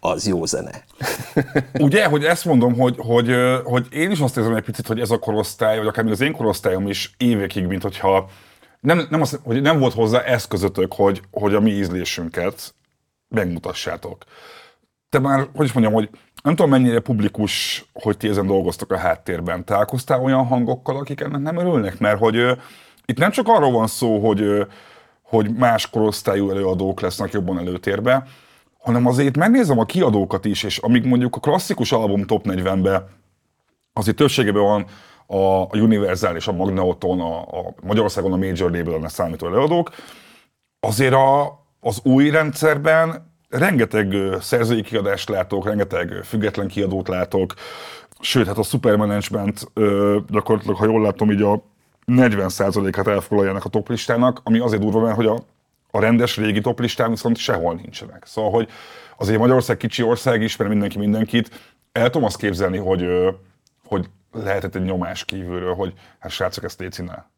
az jó zene.
Ugye, hogy ezt mondom, hogy, hogy, hogy én is azt érzem egy picit, hogy ez a korosztály, vagy akár még az én korosztályom is évekig, mint hogyha nem, nem, az, hogy nem volt hozzá eszközötök, hogy, hogy a mi ízlésünket megmutassátok. Te már, hogy is mondjam, hogy nem tudom mennyire publikus, hogy ti ezen dolgoztok a háttérben. Találkoztál olyan hangokkal, akik ennek nem örülnek? Mert hogy uh, itt nem csak arról van szó, hogy, uh, hogy más korosztályú előadók lesznek jobban előtérbe, hanem azért megnézem a kiadókat is, és amíg mondjuk a klasszikus album top negyvenben azért többségében van a Universal és a Magneton, a, a Magyarországon a Major Label-en számító előadók, azért a, az új rendszerben rengeteg szerzői kiadást látok, rengeteg független kiadót látok, sőt, hát a Supermanagement gyakorlatilag, ha jól látom, így a negyven százalékát elfoglaljának a toplistának, ami azért durva, mert hogy a, a rendes régi toplistán viszont sehol nincsenek. Szóval, hogy azért Magyarország kicsi ország, ismer mindenki mindenkit, el tudom azt képzelni, hogy, hogy lehetett egy nyomás kívülről, hogy hát srácok, ezt létszínál.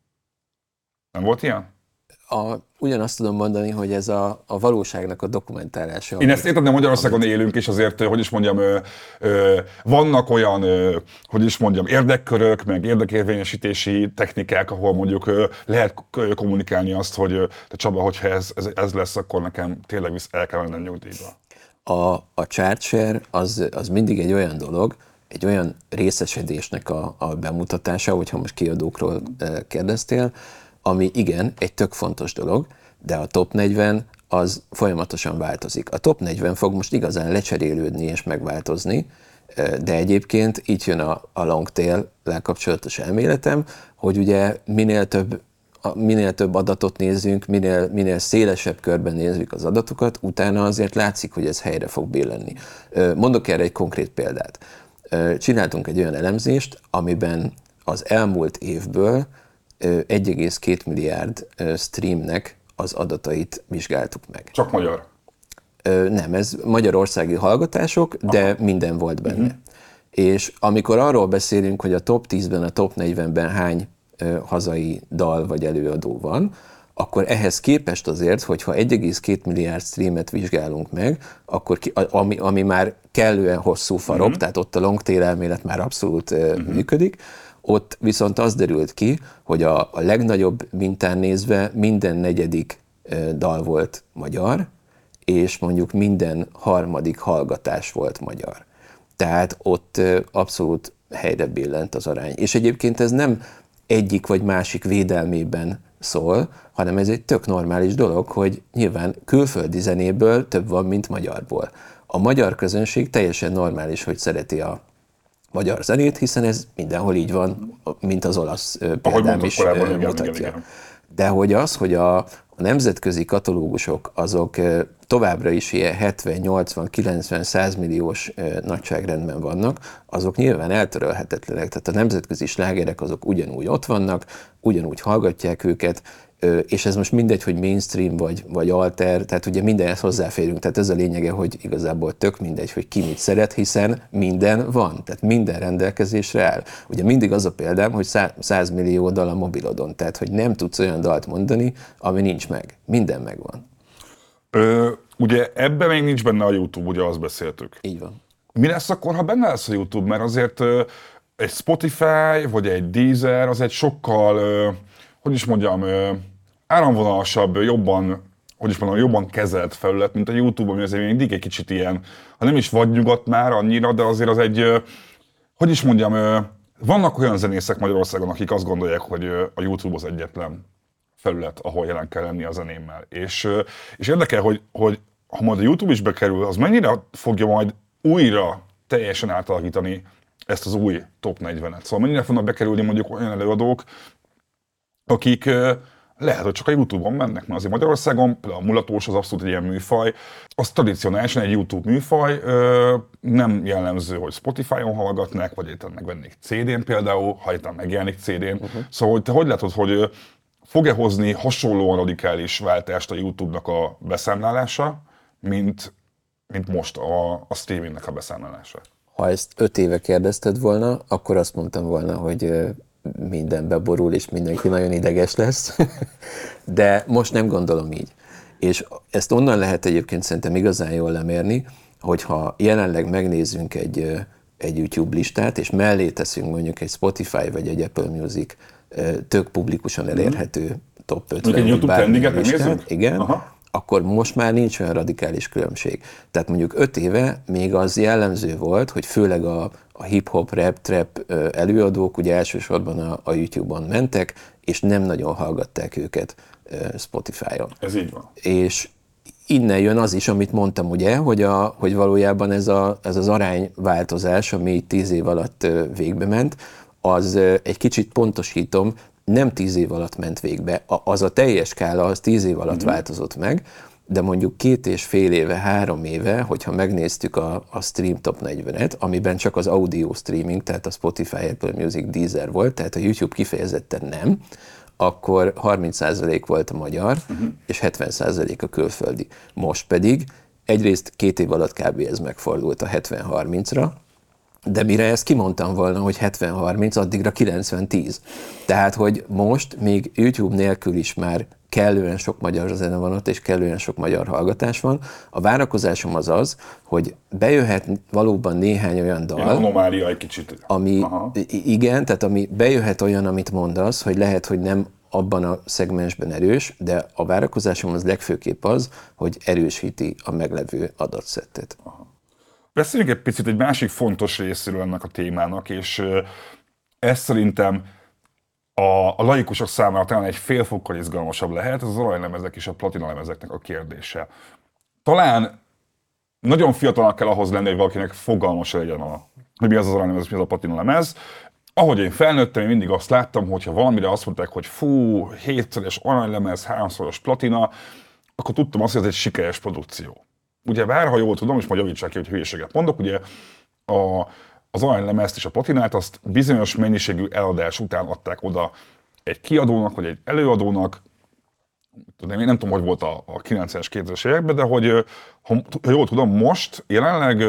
Nem volt ilyen?
A, ugyanazt tudom mondani, hogy ez a, a valóságnak a dokumentálása.
Én ezt értem, de Magyarországon amit... élünk, és azért, hogy is mondjam, ö, ö, vannak olyan, ö, hogy is mondjam, érdekkörök, meg érdekérvényesítési technikák, ahol mondjuk ö, lehet kommunikálni azt, hogy ö, de Csaba, hogyha ez, ez, ez lesz, akkor nekem tényleg visz, el kell mennem nyugdíjba.
A, a chart share az, az mindig egy olyan dolog, egy olyan részesedésnek a, a bemutatása, hogyha most kiadókról kérdeztél, ami igen, egy tök fontos dolog, de a top negyven az folyamatosan változik. A top negyven fog most igazán lecserélődni és megváltozni, de egyébként itt jön a, a long tail-lel kapcsolatos elméletem, hogy ugye minél több, minél több adatot nézzünk, minél, minél szélesebb körben nézzük az adatokat, utána azért látszik, hogy ez helyre fog billenni. Mondok erre egy konkrét példát. Csináltunk egy olyan elemzést, amiben az elmúlt évből egy egész két milliárd streamnek az adatait vizsgáltuk meg.
Csak magyar?
Nem, ez magyarországi hallgatások, de aha, minden volt benne. Uh-huh. És amikor arról beszélünk, hogy a top tízben, a top negyvenben hány hazai dal vagy előadó van, akkor ehhez képest azért, hogyha egy egész két milliárd streamet vizsgálunk meg, akkor ki, ami, ami már kellően hosszú farok, uh-huh, tehát ott a long tail elmélet már abszolút uh-huh. működik, ott viszont az derült ki, hogy a, a legnagyobb mintán nézve minden negyedik dal volt magyar, és mondjuk minden harmadik hallgatás volt magyar. Tehát ott abszolút helyre billent az arány. És egyébként ez nem egyik vagy másik védelmében szól, hanem ez egy tök normális dolog, hogy nyilván külföldi zenéből több van, mint magyarból. A magyar közönség teljesen normális, hogy szereti a magyar zenét, hiszen ez mindenhol így van, mint az olasz példám is korábban, mutatja. Igen, igen. De hogy az, hogy a, a nemzetközi katalógusok azok továbbra is ilyen hetven, nyolcvan, kilencven, száz milliós nagyságrendben vannak, azok nyilván eltörölhetetlenek. Tehát a nemzetközi slágerek azok ugyanúgy ott vannak, ugyanúgy hallgatják őket, és ez most mindegy, hogy mainstream vagy, vagy alter, tehát ugye mindenhez hozzáférünk, tehát ez a lényege, hogy igazából tök mindegy, hogy ki mit szeret, hiszen minden van, tehát minden rendelkezésre áll. Ugye mindig az a példám, hogy száz millió dal a mobilodon, tehát hogy nem tudsz olyan dalt mondani, ami nincs meg. Minden megvan.
Ö, ugye ebben még nincs benne a YouTube, ugye azt beszéltük.
Így van.
Mi lesz akkor, ha benne lesz a YouTube? Mert azért ö, egy Spotify, vagy egy Deezer, az egy sokkal, ö, hogy is mondjam, ö, áramvonalasabb, jobban, hogy is mondjam, jobban kezelt felület, mint a YouTube, ami azért mindig egy kicsit ilyen, ha nem is vadnyugat már annyira, de azért az egy, ö, hogy is mondjam, ö, vannak olyan zenészek Magyarországon, akik azt gondolják, hogy ö, a YouTube az egyetlen felület, ahol jelen kell lenni a zenémmel. És, és érdekel, hogy, hogy ha majd a YouTube is bekerül, az mennyire fogja majd újra teljesen átalakítani ezt az új top negyvenet. Szóval mennyire fognak bekerülni mondjuk olyan előadók, akik lehet, hogy csak a YouTube-on mennek, mert azért Magyarországon, például a mulatós az abszolút egy ilyen műfaj, az tradicionálisan egy YouTube műfaj, nem jellemző, hogy Spotify-on hallgatnak, vagy éppen megvennék cé dén például, ha éppen megjelenik cé dén. Uh-huh. Szóval te hogy látod, hogy fog-e hozni hasonlóan radikális váltást a YouTube-nak a beszámlálása, mint, mint most a, a streamingnek a beszámlálása?
Ha ezt öt éve kérdezted volna, akkor azt mondtam volna, hogy minden beborul, és mindenki nagyon ideges lesz. De most nem gondolom így. És ezt onnan lehet egyébként szerintem igazán jól lemérni, hogyha jelenleg megnézzünk egy, egy YouTube listát, és mellé teszünk mondjuk egy Spotify vagy egy Apple Music tök publikusan elérhető top ötven.
Egy YouTube trendiget megnézzünk?
Igen. Aha. Akkor most már nincs olyan radikális különbség. Tehát mondjuk öt éve még az jellemző volt, hogy főleg a, a hip-hop, rap, trap előadók ugye elsősorban a, a YouTube-on mentek, és nem nagyon hallgatták őket Spotify-on.
Ez így van. És
innen jön az is, amit mondtam ugye, hogy, a, hogy valójában ez, a, ez az arányváltozás, ami tíz év alatt végbe ment, az egy kicsit pontosítom, nem tíz év alatt ment végbe, az a teljes skála az tíz év alatt mm-hmm. változott meg, de mondjuk két és fél éve, három éve, hogyha megnéztük a, a Stream Top negyvenet, amiben csak az audio streaming, tehát a Spotify, Apple Music, Deezer volt, tehát a YouTube kifejezetten nem, akkor harminc százalék volt a magyar, uh-huh. és hetven százalék a külföldi. Most pedig egyrészt két év alatt kb. Ez megfordult a hetven harmincra, de mire ezt kimondtam volna, hogy hetven harminc, addigra kilencven tíz. Tehát, hogy most még YouTube nélkül is már kellően sok magyar zene van ott, és kellően sok magyar hallgatás van. A várakozásom az az, hogy bejöhet valóban néhány olyan dal,
ilyen anomália egy kicsit.
Ami, igen, tehát ami bejöhet olyan, amit mondasz, hogy lehet, hogy nem abban a szegmensben erős, de a várakozásom az legfőképp az, hogy erősíti a meglevő adatszettet. Aha.
Beszéljünk egy picit egy másik fontos részéről ennek a témának, és ez szerintem a, a laikusok számára talán egy fél fokkal izgalmasabb lehet, ez az aranylemezek és a platinalemezeknek a kérdése. Talán nagyon fiatalnak kell ahhoz lenni, hogy valakinek fogalmas legyen, a, hogy mi az az aranylemez, mi az a platinalemez. Ahogy én felnőttem, én mindig azt láttam, hogyha valamire azt mondták, hogy fú, hétszeres aranylemez, háromszoros platina, akkor tudtam azt, hogy ez egy sikeres produkció. Ugye bár, ha jól tudom, és majd javítsák ki, hogy hülyeséget mondok, ugye a, az aranylemezt és a platinát azt bizonyos mennyiségű eladás után adták oda egy kiadónak, vagy egy előadónak. Én nem tudom, hogy volt a, a kilencvenes, kétezres években, de hogy ha, ha jól tudom, most jelenleg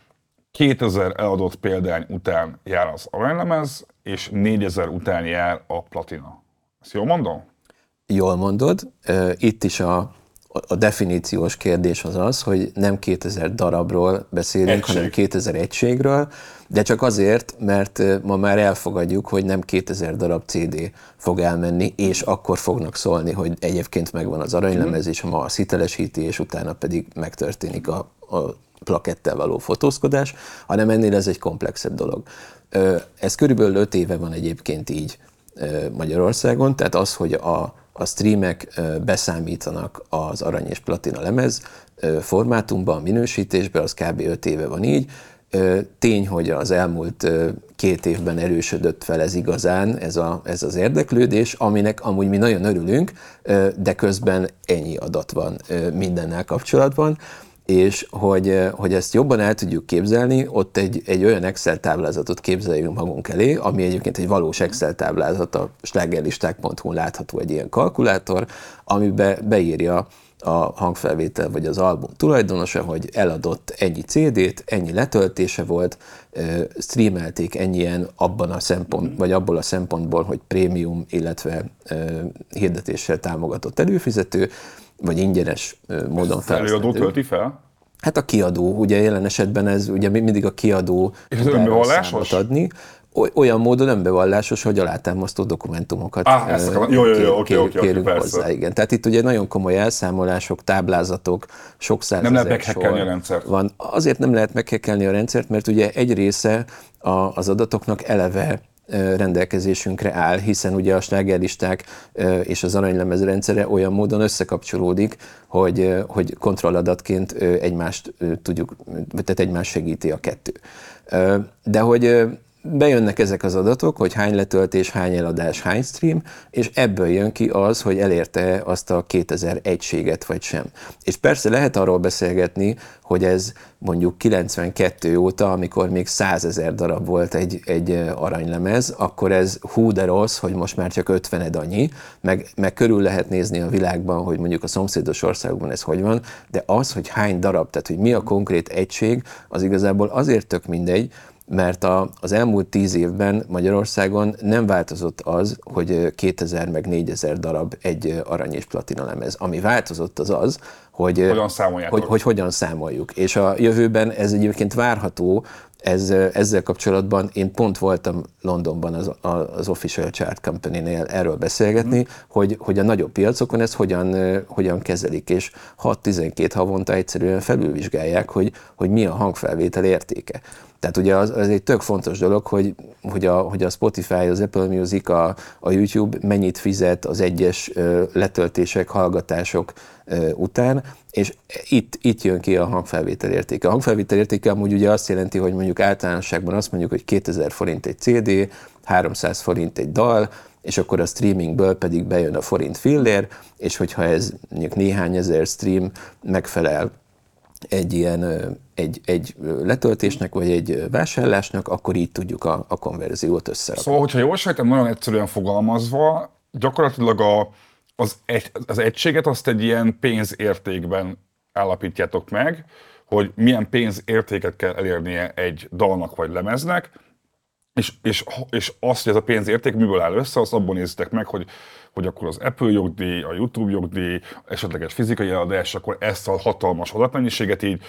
kétezer eladott példány után jár az aranylemez, és négyezer után jár a platina. Ezt jól mondom?
Jól mondod. Itt is a A definíciós kérdés az az, hogy nem kétezer darabról beszélünk, Egység. hanem kétezer egységről, de csak azért, mert ma már elfogadjuk, hogy nem kétezer darab cé dé fog elmenni, és akkor fognak szólni, hogy egyébként megvan az aranylemez, és ma azt hitelesíti, és utána pedig megtörténik a, a plakettel való fotózkodás, hanem ennél ez egy komplexebb dolog. Ez körülbelül öt éve van egyébként így Magyarországon, tehát az, hogy a a streamek beszámítanak az arany és platina lemez formátumban, a minősítésben, az kb. öt éve van így. Tény, hogy az elmúlt két évben erősödött fel ez igazán, ez, a, ez az érdeklődés, aminek amúgy mi nagyon örülünk, de közben ennyi adat van mindennel kapcsolatban, és hogy, hogy ezt jobban el tudjuk képzelni, ott egy, egy olyan Excel táblázatot képzeljünk magunk elé, ami egyébként egy valós Excel táblázat, a slágerlisták pont hu-n látható egy ilyen kalkulátor, amiben beírja a hangfelvétel vagy az album tulajdonosa, hogy eladott ennyi cé dét, ennyi letöltése volt, streamelték ennyien abban a szempont, vagy abból a szempontból, hogy prémium, illetve hirdetéssel támogatott előfizető, vagy ingyenes módon felhasználható.
Előadó tölti fel?
Hát a kiadó, ugye jelen esetben ez ugye mindig a kiadó
számot
adni. Olyan módon önbevallásos, hogy alátámasztó dokumentumokat
ah, ezt kér, jó, jó, jó,
kér,
okay,
kérünk
okay,
hozzá. Igen. Tehát itt ugye nagyon komoly elszámolások, táblázatok, sok százezer
nem lehet meghekkelni a rendszert.
Van. Azért nem lehet meghekkelni a rendszert, mert ugye egy része a, az adatoknak eleve rendelkezésünkre áll, hiszen ugye a slágerlisták és az aranylemez rendszere olyan módon összekapcsolódik, hogy, hogy kontrolladatként egymást tudjuk, tehát egymást segíti a kettő. De hogy bejönnek ezek az adatok, hogy hány letöltés, hány eladás, hány stream, és ebből jön ki az, hogy elérte azt a kétezer egységet vagy sem. És persze lehet arról beszélgetni, hogy ez mondjuk kilencvenkettő óta, amikor még százezer darab volt egy, egy aranylemez, akkor ez hú de rossz, hogy most már csak ötvened annyi, meg, meg körül lehet nézni a világban, hogy mondjuk a szomszédos országokban ez hogy van, de az, hogy hány darab, tehát hogy mi a konkrét egység, az igazából azért tök mindegy, mert a, az elmúlt tíz évben Magyarországon nem változott az, hogy kétezer meg négyezer darab egy arany és platina lemez. Ami változott az az, hogy
hogyan,
hogy, hogy hogyan számoljuk. És a jövőben ez egyébként várható, ez, ezzel kapcsolatban én pont voltam Londonban az, az Official Chart Company-nél erről beszélgetni, hmm. hogy, hogy a nagyobb piacokon ezt hogyan, hogyan kezelik, és hat-tizenkét havonta egyszerűen felülvizsgálják, hogy, hogy mi a hangfelvétel értéke. Tehát ugye az, az egy tök fontos dolog, hogy, hogy, a, hogy a Spotify, az Apple Music, a, a YouTube mennyit fizet az egyes ö, letöltések, hallgatások ö, után, és itt, itt jön ki a hangfelvétel értéke. A hangfelvétel értéke amúgy ugye azt jelenti, hogy mondjuk általánosságban azt mondjuk, hogy kétezer forint egy cé dé, háromszáz forint egy dal, és akkor a streamingből pedig bejön a forint fillér, és hogyha ez mondjuk néhány ezer stream megfelel egy ilyen egy, egy letöltésnek, vagy egy vásárlásnak, akkor így tudjuk a, a konverziót összerakni.
Szóval, hogyha jól sejtem, nagyon egyszerűen fogalmazva, gyakorlatilag a, az, egy, az egységet azt egy ilyen pénzértékben állapítjátok meg, hogy milyen pénzértéket kell elérnie egy dalnak vagy lemeznek, és, és, és azt, hogy ez a pénzérték miből áll össze, azt abból néztek meg, hogy hogy akkor az Apple jogdíj, a YouTube jogdíj, esetleges fizikai eladás, akkor ezt a hatalmas adatmennyiséget így,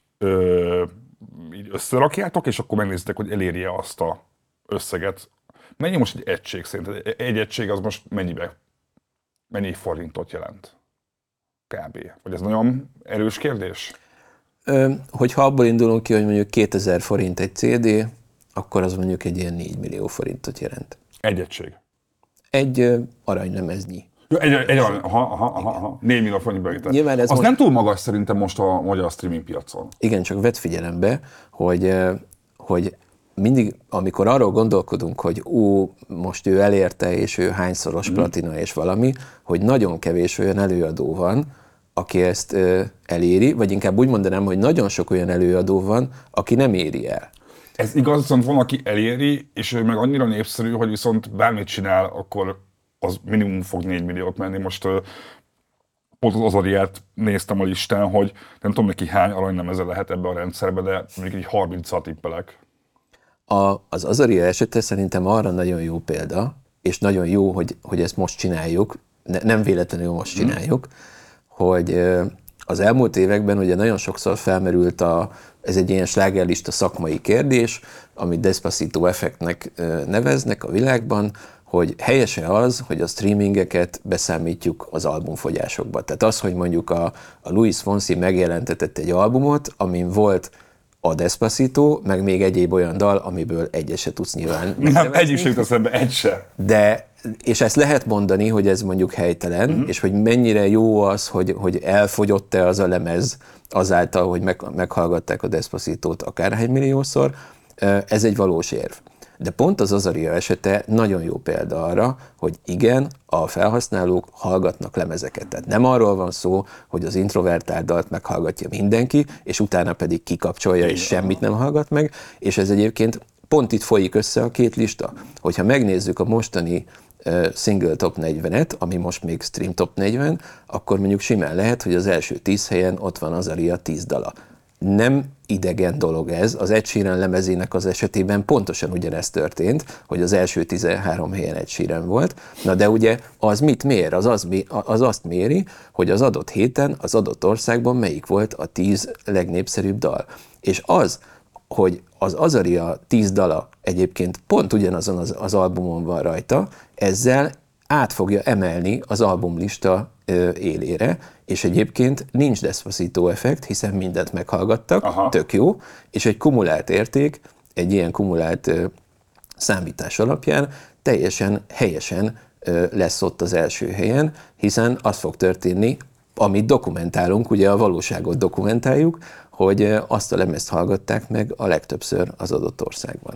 ö, így összerakjátok, és akkor megnézitek, hogy elérje azt a összeget. Mennyi most egy egység szerint? Egy egység az most mennyibe? Mennyi forintot jelent? Kb. Vagy ez nagyon erős kérdés?
Ö, hogyha abból indulunk ki, hogy mondjuk kétezer forint egy cé dé, akkor az mondjuk egy ilyen négy millió forintot jelent.
Egy egység.
Egy aranylemeznyi.
Egy, egy arany, aha, aha, aha, aha. négy millió forint bevétel.
Nyilván ez
az
most...
nem túl magas szerintem most a magyar streaming piacon.
Igen, csak vedd figyelembe, hogy, hogy mindig, amikor arról gondolkodunk, hogy ú, most ő elérte, és ő hányszoros mm. platina és valami, hogy nagyon kevés olyan előadó van, aki ezt eléri, vagy inkább úgy mondanám, hogy nagyon sok olyan előadó van, aki nem éri el.
Ez igaz, viszont van, aki eléri, és ő meg annyira népszerű, hogy viszont bármit csinál, akkor az minimum fog négy milliót menni. Most uh, pont az Azariát néztem a listán, hogy nem tudom neki hány aranylemeze lehet ebbe a rendszerbe, de még így harminccal tippelek.
A, az Azaria esete szerintem arra nagyon jó példa, és nagyon jó, hogy, hogy ezt most csináljuk, ne, nem véletlenül most csináljuk, hmm. hogy uh, az elmúlt években ugye nagyon sokszor felmerült a ez egy ilyen slágerlista szakmai kérdés, amit Despacito effektnek neveznek a világban, hogy helyese az, hogy a streamingeket beszámítjuk az albumfogyásokba. Tehát az, hogy mondjuk a, a Luis Fonsi megjelentetett egy albumot, amin volt a Despacito, meg még egyéb olyan dal, amiből egyet se tudsz nyilván
Nem, egyik se jut eszembe, egy se.
De, és ezt lehet mondani, hogy ez mondjuk helytelen, uh-huh. és hogy mennyire jó az, hogy, hogy elfogyott-e az a lemez azáltal, hogy meg, meghallgatták a Despacitót akárhány milliószor, ez egy valós érv. De pont az Azaria esete nagyon jó példa arra, hogy igen, a felhasználók hallgatnak lemezeket. Tehát nem arról van szó, hogy az introvertált dalt meghallgatja mindenki, és utána pedig kikapcsolja, és semmit nem hallgat meg, és ez egyébként pont itt folyik össze a két lista. Hogyha megnézzük a mostani uh, single top negyvenet, ami most még stream top negyven, akkor mondjuk simán lehet, hogy az első tíz helyen ott van Azaria tíz dala. Nem idegen dolog ez, az Ed Sheeran lemezének az esetében pontosan ugyanez történt, hogy az első tizenhárom helyen Ed Sheeran volt, na de ugye az mit mér? Az, az, az azt méri, hogy az adott héten, az adott országban melyik volt a tíz legnépszerűbb dal. És az, hogy az Azaria tíz dala egyébként pont ugyanazon az, az albumon van rajta, ezzel át fogja emelni az albumlista ö, élére, és egyébként nincs Despacito effekt, hiszen mindent meghallgattak, aha. Tök jó, és egy kumulált érték, egy ilyen kumulált ö, számítás alapján teljesen helyesen ö, lesz ott az első helyen, hiszen az fog történni, amit dokumentálunk, ugye a valóságot dokumentáljuk, hogy ö, azt a lemezt hallgatták meg a legtöbbször az adott országban.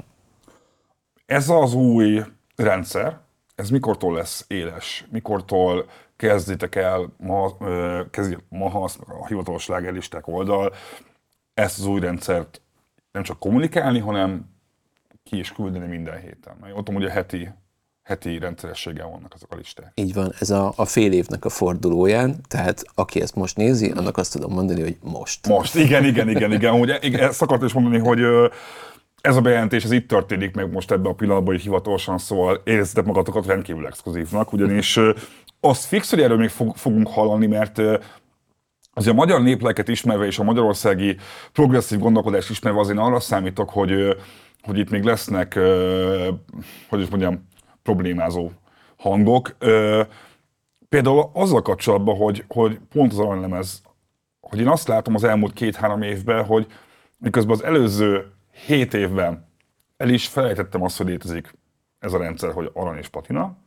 Ez az új rendszer, ez mikortól lesz éles? Mikortól kezditek el, ma, kezdjük Mahasz, a hivatalos slágerlisták oldal, ezt az új rendszert nem csak kommunikálni, hanem ki is küldeni minden héten. Mert ott amúgy a heti, heti rendszerességgel vannak azok a listák.
Így van, ez a, a fél évnek a fordulóján, tehát aki ezt most nézi, annak azt tudom mondani, hogy most.
Most, igen, igen, igen, igen. Ugye, ezt akartam is mondani, hogy ez a bejelentés, ez itt történik meg most ebben a pillanatban, hogy hivatalosan, szóval érztek magatokat rendkívül exkluzívnak, ugyanis azt fix, hogy erről még fog, fogunk hallani, mert azért a magyar néplelket ismerve és a magyarországi progresszív gondolkodást ismerve azért arra számítok, hogy, hogy itt még lesznek, hogy is mondjam, problémázó hangok. Például azzal kapcsolatban, hogy, hogy pont az aranylemez, hogy én azt látom az elmúlt két-három évben, hogy miközben az előző hét évben el is felejtettem azt, hogy létezik ez a rendszer, hogy arany és platina.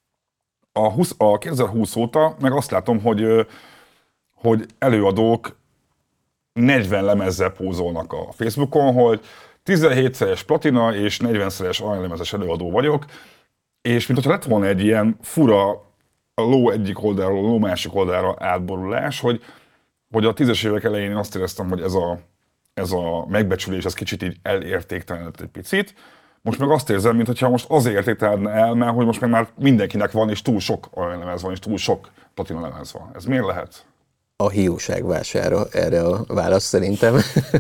A, húsz, a kétezer-húsz óta meg azt látom, hogy, hogy előadók negyven lemezzel pózolnak a Facebookon, hogy tizenhétszeres platina és negyvenszeres aranylemezes előadó vagyok, és mint hogyha lett volna egy ilyen fura a ló egyik oldalról, a ló másik oldalra átborulás, hogy, hogy a tízes évek elején én azt éreztem, hogy ez a, ez a megbecsülés ez kicsit így elértéktelenedett egy picit. Most meg azt érzem, mintha most azért értéktelenedne el, mert hogy most meg már mindenkinek van, és túl sok aranylemez van, és túl sok platina lemez van. Ez miért lehet?
A hiúság vására erre a válasz szerintem.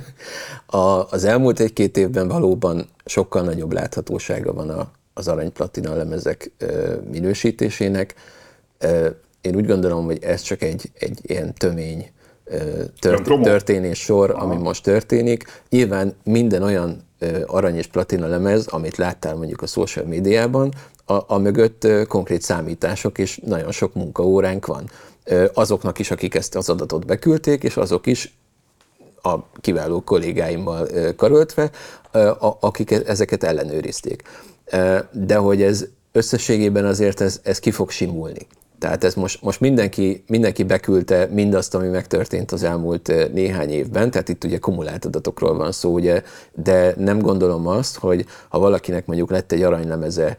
a, az elmúlt egy-két évben valóban sokkal nagyobb láthatósága van a, az arany-platina lemezek ö, minősítésének. Ö, én úgy gondolom, hogy ez csak egy, egy ilyen tömény ö, tört, történés sor, Aha. ami most történik. Nyilván minden olyan ö, arany és platina lemez, amit láttál mondjuk a social médiában, a, a mögött ö, konkrét számítások és nagyon sok munkaóránk van. Azoknak is, akik ezt az adatot beküldték, és azok is a kiváló kollégáimmal karöltve, akik ezeket ellenőrizték. De hogy ez összességében azért ez, ez ki fog simulni. Tehát ez most, most mindenki, mindenki beküldte mindazt, ami megtörtént az elmúlt néhány évben, tehát itt ugye kumulált adatokról van szó, ugye, de nem gondolom azt, hogy ha valakinek mondjuk lett egy aranylemeze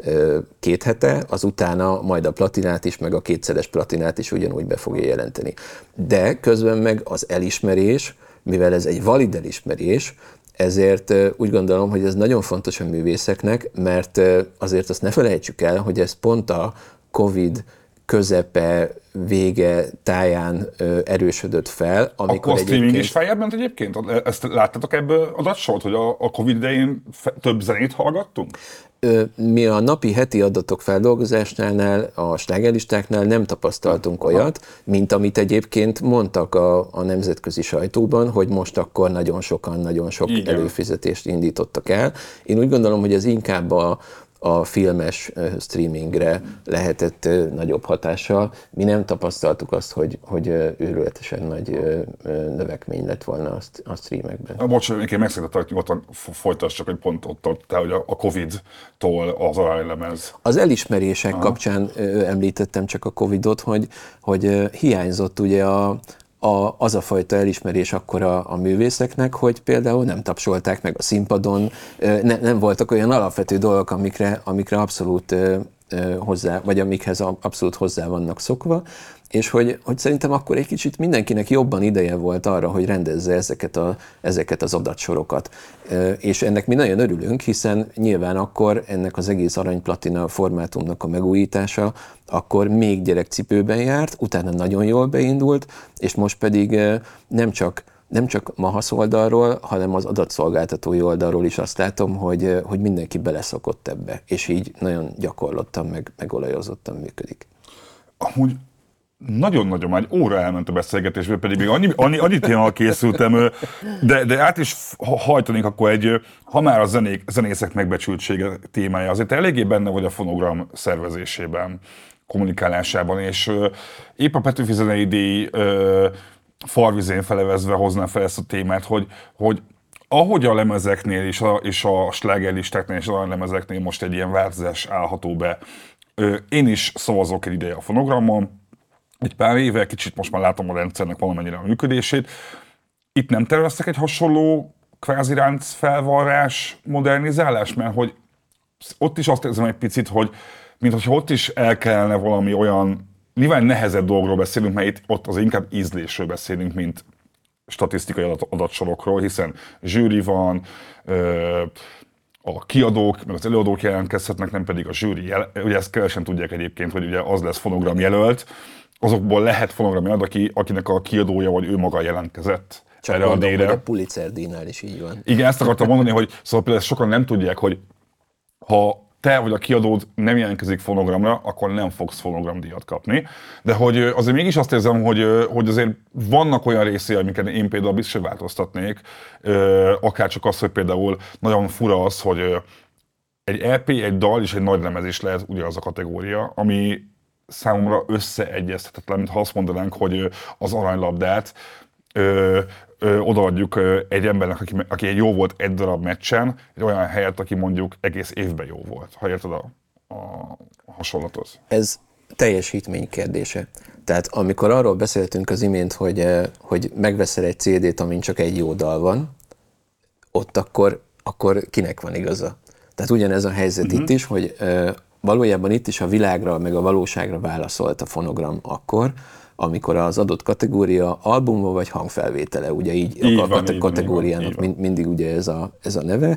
két hete, az utána majd a platinát is, meg a kétszeres platinát is ugyanúgy be fogja jelenteni. De közben meg az elismerés, mivel ez egy valid elismerés, ezért úgy gondolom, hogy ez nagyon fontos a művészeknek, mert azért azt ne felejtsük el, hogy ez pont a Covid közepe, vége táján ö, erősödött fel.
Amikor Akkor a streaming egyébként... is feljebb ment egyébként? Ezt láttátok ebből adatsort, hogy a, a Covid idején fe, több zenét hallgattunk?
Ö, mi a napi heti adatok feldolgozásnál, a slágerlistáknál nem tapasztaltunk Aha. olyat, mint amit egyébként mondtak a, a nemzetközi sajtóban, hogy most akkor nagyon sokan, nagyon sok Igen. előfizetést indítottak el. Én úgy gondolom, hogy ez inkább a a filmes streamingre lehetett nagyobb hatással. Mi nem tapasztaltuk azt, hogy, hogy őrületesen nagy növekmény lett volna a streamekben.
Bocs, én megszedettem, hogy nyugodtan folytasd, csak egy pont ott tartottál, hogy a Covid-tól az aranylemez.
Az elismerések Aha. kapcsán említettem csak a Covidot, hogy, hogy hiányzott ugye a A, az a fajta elismerés akkor a, a művészeknek, hogy például nem tapsolták meg a színpadon, ne, nem voltak olyan alapvető dolgok, amikre, amikre abszolút hozzá, vagy amikhez abszolút hozzá vannak szokva, és hogy, hogy szerintem akkor egy kicsit mindenkinek jobban ideje volt arra, hogy rendezze ezeket, a, ezeket az adatsorokat. És ennek mi nagyon örülünk, hiszen nyilván akkor ennek az egész arany-platina formátumnak a megújítása akkor még gyerekcipőben járt, utána nagyon jól beindult, és most pedig nem csak nem csak Mahasz oldalról, hanem az adatszolgáltatói oldalról is azt látom, hogy, hogy mindenki beleszokott ebbe, és így nagyon gyakorlottan, meg, megolajozottan működik.
Amúgy nagyon-nagyon már egy óra elment a beszélgetésből, pedig még annyi, annyi, annyi témával készültem, de, de át is hajtanék akkor egy, ha már a zenék, zenészek megbecsültsége témája, azért eléggé benne vagy a fonogram szervezésében, kommunikálásában, és épp a Petőfi Zenei Díj farvizén felevezve hoznám fel ezt a témát, hogy, hogy ahogy a lemezeknél és a, és a slágerlistáknál és a lemezeknél most egy ilyen változás állható be, én is szavazok egy ideje a fonogramon, egy pár éve, kicsit most már látom a rendszernek valamennyire a működését. Itt nem terveztek egy hasonló kvázi ránc felvarrás, modernizálás, mert hogy ott is azt érzem egy picit, hogy mintha ott is el kellene valami olyan, nyilván nehezebb dolgokról beszélünk, mert itt ott az inkább ízlésről beszélünk, mint statisztikai adat, adatsorokról, hiszen zsűri van, ö, a kiadók, meg az előadók jelentkezhetnek, nem pedig a zsűri. Jel- ugye ezt kevesen tudják egyébként, hogy ugye az lesz fonogram jelölt, azokból lehet fonogramjelölt, aki, akinek a kiadója vagy ő maga jelentkezett
Csak
erre
mondom,
a D-re.
hogy a Pulitzer-díjnál is így van.
Igen, ezt akartam mondani, hogy szóval például sokan nem tudják, hogy ha te vagy a kiadód nem jelentkezik fonogramra, akkor nem fogsz fonogramdíjat kapni. De hogy azért mégis azt érzem, hogy, hogy azért vannak olyan részei, amiket én például biztos, hogy változtatnék. Akár csak az, hogy például nagyon fura az, hogy egy é pé, egy dal és egy nagy lemez is lehet ugyanaz a kategória, ami számomra összeegyeztetetlen, mint ha azt mondanánk, hogy az aranylabdát ö, ö, odaadjuk ö, egy embernek, aki, aki egy jó volt egy darab meccsen, egy olyan helyet, aki mondjuk egész évben jó volt, ha érted a, a hasonlatot.
Ez teljesítmény kérdése. Tehát amikor arról beszéltünk az imént, hogy, hogy megveszel egy cé dét, amin csak egy jó dal van, ott akkor, akkor kinek van igaza? Tehát ugyanez a helyzet uh-huh. itt is, hogy uh, valójában itt is a világra, meg a valóságra válaszolt a fonogram akkor, amikor az adott kategória albuma vagy hangfelvétele, ugye így, így a van, kate- kategóriának van, mind, mindig ugye ez a, ez a neve.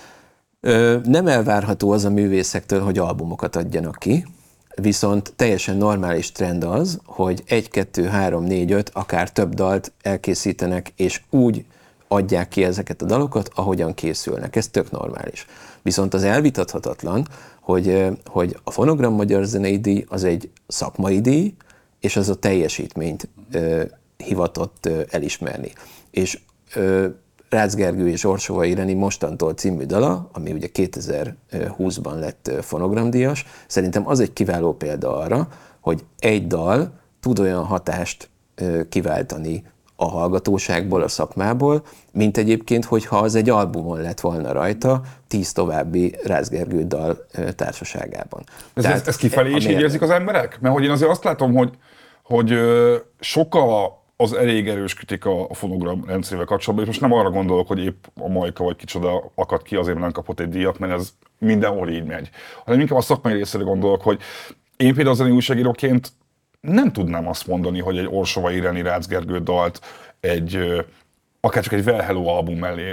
Ö, nem elvárható az a művészektől, hogy albumokat adjanak ki, viszont teljesen normális trend az, hogy egy, kettő, három, négy, öt, akár több dalt elkészítenek, és úgy adják ki ezeket a dalokat, ahogyan készülnek. Ez tök normális. Viszont az elvitathatatlan, hogy, hogy a Fonogram Magyar Zenei Díj az egy szakmai díj, és az a teljesítményt ö, hivatott ö, elismerni. És ö, Rácz Gergő és Orsova Ireni Mostantól című dala, ami ugye kétezer-húszban lett fonogramdíjas, szerintem az egy kiváló példa arra, hogy egy dal tud olyan hatást ö, kiváltani a hallgatóságból, a szakmából, mint egyébként, hogyha az egy albumon lett volna rajta, tíz további Rácz Gergő dal ö, társaságában.
Ez, ez, ez kifelé is így érzik az emberek? Mert hogy én azért azt látom, hogy, hogy ö, sokkal az elég erős kritika a fonogram rendszerével kapcsolatban, és most nem arra gondolok, hogy épp a Majka vagy kicsoda akadt ki, azért nem kapott egy díjat, mert ez mindenhol így megy. Hanem inkább a szakmai részére gondolok, hogy én például zenei újságíróként nem tudnám azt mondani, hogy egy Orsova Ireni Rácz Gergő dalt egy, akár csak egy Well Hello album mellé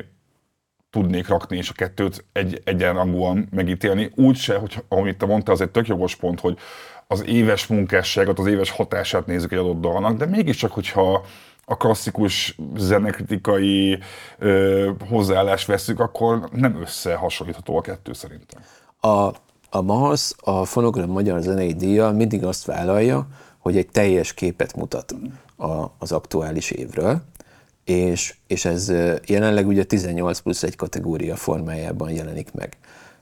tudnék rakni, és a kettőt egy, egyenrangúan megítélni. Úgyse, hogy amit te mondtál, az egy tök jogos pont, hogy az éves munkásságot, az éves hatását nézzük egy adott dalnak, de mégiscsak, hogyha a klasszikus zenekritikai ö, hozzáállást veszük, akkor nem összehasonlítható a kettő szerintem.
A, a MAHASZ, a Fonogram Magyar Zenei Díjjal mindig azt vállalja, hogy egy teljes képet mutat a, az aktuális évről, és, és ez jelenleg ugye tizennyolc plusz egy kategória formájában jelenik meg.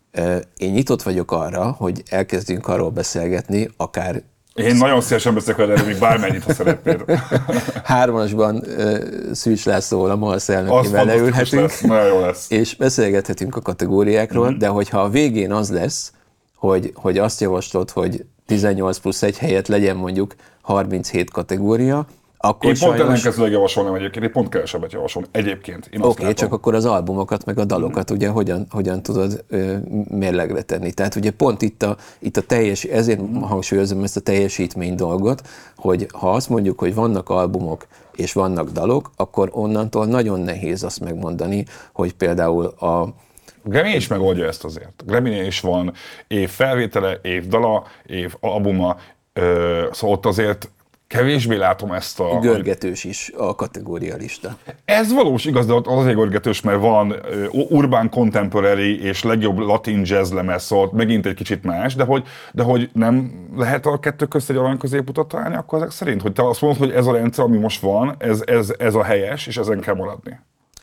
Én nyitott vagyok arra, hogy elkezdjünk arról beszélgetni, akár...
Én nagyon szívesen beszélek veled erről, még bármennyit, ha szeretnéd.
Hármasban Szűcs Lászlóval, a MAHASZ elnökével leülhetünk,
nagyon jó lesz.
És beszélgethetünk a kategóriákról, mm-hmm. de hogyha a végén az lesz, hogy, hogy azt javaslod, hogy tizennyolc plusz egy helyett legyen mondjuk harminchét kategória, akkor
én
sajnos...
pont ellenkezőleg javasolnám egyébként, én pont kevesebbet javasolom egyébként.
Oké, okay, csak akkor az albumokat meg a dalokat mm. ugye hogyan, hogyan tudod ö, mérlegre tenni. Tehát ugye pont itt a, itt a teljes, ezért mm. hangsúlyozom ezt a teljesítmény dolgot, hogy ha azt mondjuk, hogy vannak albumok és vannak dalok, akkor onnantól nagyon nehéz azt megmondani, hogy például a
Grammy is megoldja ezt azért. Grammy is van év felvétele, év dala, év albuma, ö, szóval ott azért kevésbé látom ezt a...
Görgetős is a kategória lista.
Ez valós, igaz, de ott azért görgetős, mert van uh, Urban Contemporary és legjobb latin jazz lemez, szóval megint egy kicsit más, de hogy, de hogy nem lehet a kettő közt egy arany középutat találni, akkor ezek szerint, hogy te azt mondod, hogy ez a rendszer, ami most van, ez, ez, ez a helyes, és ezen kell maradni.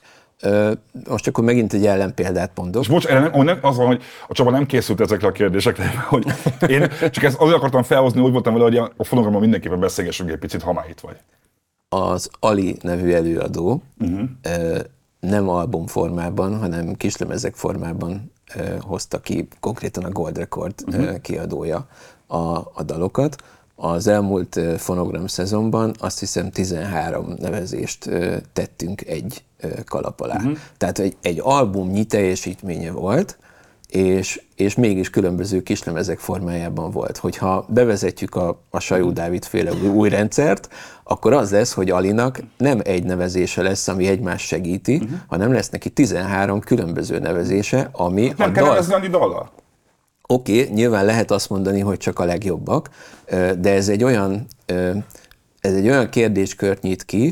Most akkor megint egy ellenpéldát mondok.
És bocs, nem, az van, hogy a Csaba nem készült ezekre a kérdésekre, hogy én csak ezt azért akartam felhozni, úgy voltam vele, hogy a fonogramban mindenképpen beszélgessünk egy picit, ha már itt vagy.
Az Ali nevű előadó uh-huh. nem album formában, hanem kislemezek formában hozta ki, konkrétan a Gold Record uh-huh. kiadója a, a dalokat. Az elmúlt fonogram szezonban azt hiszem tizenhárom nevezést tettünk egy kalap alá. Uh-huh. Tehát egy, egy albumnyi teljesítménye volt, és, és mégis különböző kislemezek formájában volt. Hogyha bevezetjük a, a Sajó Dávid féle új, új rendszert, akkor az lesz, hogy Alinak nem egy nevezése lesz, ami egymást segíti, uh-huh. hanem lesz neki tizenhárom különböző nevezése, ami
nem
a
kell
dal...
nevezni annyi dallal.
Oké, okay, nyilván lehet azt mondani, hogy csak a legjobbak, de ez egy olyan, ez egy olyan kérdéskört nyit ki,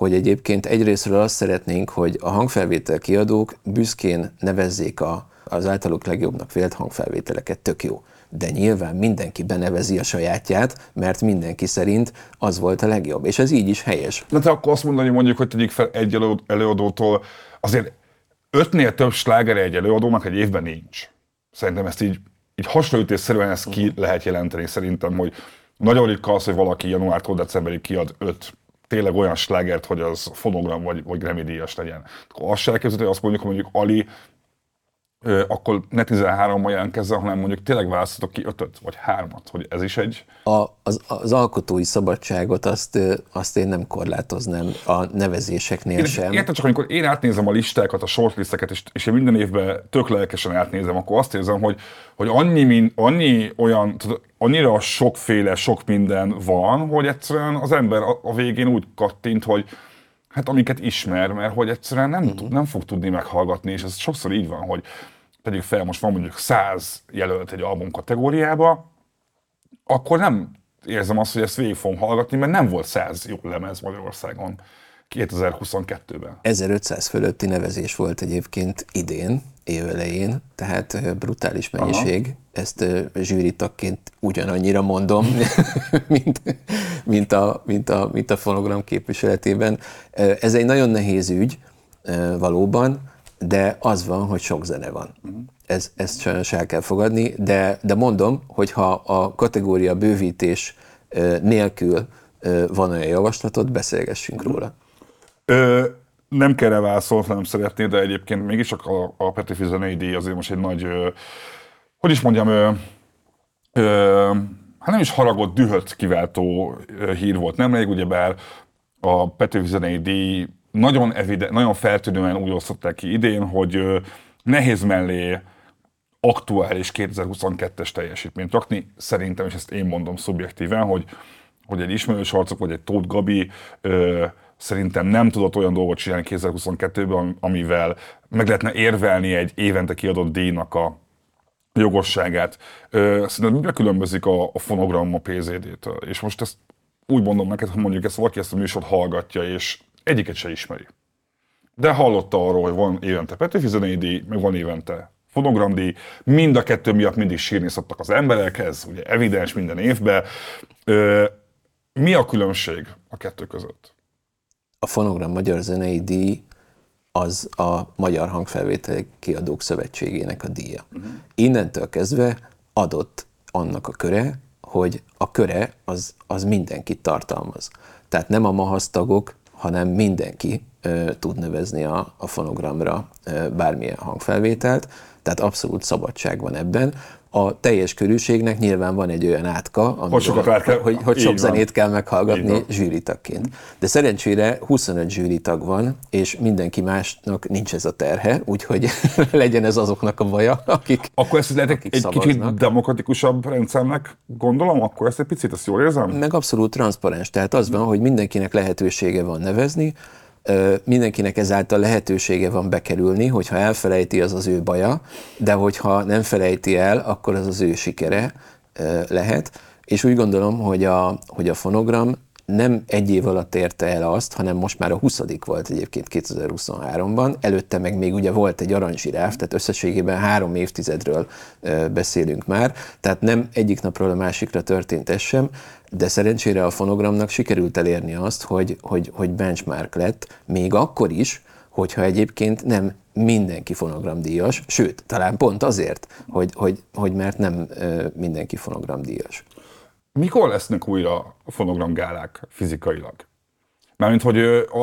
hogy egyébként egyrészről azt szeretnénk, hogy a hangfelvétel kiadók büszkén nevezzék a, az általuk legjobbnak vélt hangfelvételeket, tök jó. De nyilván mindenki benevezi a sajátját, mert mindenki szerint az volt a legjobb. És ez így is helyes.
De te akkor azt mondani mondjuk, hogy tegyük fel egy előadótól, azért ötnél több slágere egy előadónak egy évben nincs. Szerintem ezt így, így hasonlítésszerűen ezt ki lehet jelenteni szerintem, hogy nagyon ritka az, hogy valaki januártól decemberig kiad öt tényleg olyan slágert, hogy az fonogram vagy, vagy Grammy-díjas legyen. Akkor azt se elképzelhető, hogy azt mondjuk, hogy mondjuk Ali Ö, akkor ne tizenhárommal jelentkezzen, hanem mondjuk tényleg választhatok ki ötöt vagy hármat, hogy ez is egy...
A, az, az alkotói szabadságot azt, azt én nem korlátoznám a nevezéseknél
én,
sem.
Érted, csak amikor én átnézem a listákat, a shortlisteket, és, és én minden évben tök lelkesen átnézem, akkor azt érzem, hogy, hogy annyi, min, annyi olyan, tudod, annyira sokféle, sok minden van, hogy egyszerűen az ember a, a végén úgy kattint, hogy hát amiket ismer, mert hogy egyszerűen nem, uh-huh. nem fog tudni meghallgatni, és ez sokszor így van, hogy tegyük fel, most van mondjuk száz jelölt egy album kategóriába, akkor nem érzem azt, hogy ezt végig fogom hallgatni, mert nem volt száz jó lemez Magyarországon kétezer-huszonkettőben.
ezerötszáz fölötti nevezés volt egyébként idén, évelején, tehát brutális mennyiség. Aha. Ezt zsűritagként ugyanannyira mondom, mint, mint, a, mint, a, mint a fonogram képviseletében. Ez egy nagyon nehéz ügy valóban, de az van, hogy sok zene van. Ez, ezt sajnos el kell fogadni, de, de mondom, hogy ha a kategória bővítés nélkül van olyan javaslatod, beszélgessünk róla.
Ö, nem kell válaszolni, nem szeretnéd, de egyébként mégis csak a, a Petőfi zenei díj azért most egy nagy, ö, hogy is mondjam, ö, ö, hát nem is haragot, dühöt kiváltó hír volt nemrég, ugyebár a Petőfi zenei díj nagyon, evide, nagyon feltűnően úgy osztották ki idén, hogy ö, nehéz mellé aktuális kétezer-huszonkettes teljesítményt rakni. Szerintem, és ezt én mondom szubjektíven, hogy, hogy egy ismerős arcok, vagy egy Tóth Gabi ö, szerintem nem tudott olyan dolgot csinálni kétezer-huszonkettőben, amivel meg lehetne érvelni egy évente kiadott díjnak a jogosságát. Ö, szerintem miben különbözik a, a fonogram a pé zé dé-től? És most ezt úgy mondom neked, hogy mondjuk ezt valaki ezt a műsort hallgatja, és egyiket se ismeri. De hallotta arról, hogy van évente Petőfi zenei díj, meg van évente fonogramdíj, mind a kettő miatt mindig sírni szoktak az emberek, ez ugye evidens minden évben. Ö, mi a különbség a kettő között?
A Fonogram Magyar Zenei Díj az a Magyar Hangfelvétel Kiadók Szövetségének a díja. Uh-huh. Innentől kezdve adott annak a köre, hogy a köre az, az mindenkit tartalmaz. Tehát nem a mahasztagok, hanem mindenki ö, tud nevezni a, a fonogramra ö, bármilyen hangfelvételt, tehát abszolút szabadság van ebben. A teljes körűségnek nyilván van egy olyan átka, amivel,
hogy, kell,
hogy, hogy sok
van.
zenét kell meghallgatni zsűritagként. De szerencsére huszonöt zsűritag van, és mindenki másnak nincs ez a terhe, úgyhogy legyen ez azoknak a baja, akik
Akkor ezt lehet egy
szavaznak.
Kicsit demokratikusabb rendszernek gondolom, akkor ezt egy picit, ezt jól érzem?
Meg abszolút transzparens, tehát az van, hogy mindenkinek lehetősége van nevezni, mindenkinek ezáltal lehetősége van bekerülni, hogyha elfelejti, az az ő baja, de hogyha nem felejti el, akkor az az ő sikere lehet. És úgy gondolom, hogy a, hogy a fonogram nem egy év alatt érte el azt, hanem most már a huszadik volt egyébként kétezer-huszonháromban, előtte meg még ugye volt egy aranyzsiráf, tehát összességében három évtizedről beszélünk már, tehát nem egyik napról a másikra történt ez sem, de szerencsére a fonogramnak sikerült elérni azt, hogy, hogy, hogy benchmark lett, még akkor is, hogyha egyébként nem mindenki fonogramdíjas, sőt, talán pont azért, hogy, hogy, hogy mert nem mindenki fonogramdíjas.
Mikor lesznek újra a fonogramgálák fizikailag? Mármint, hogy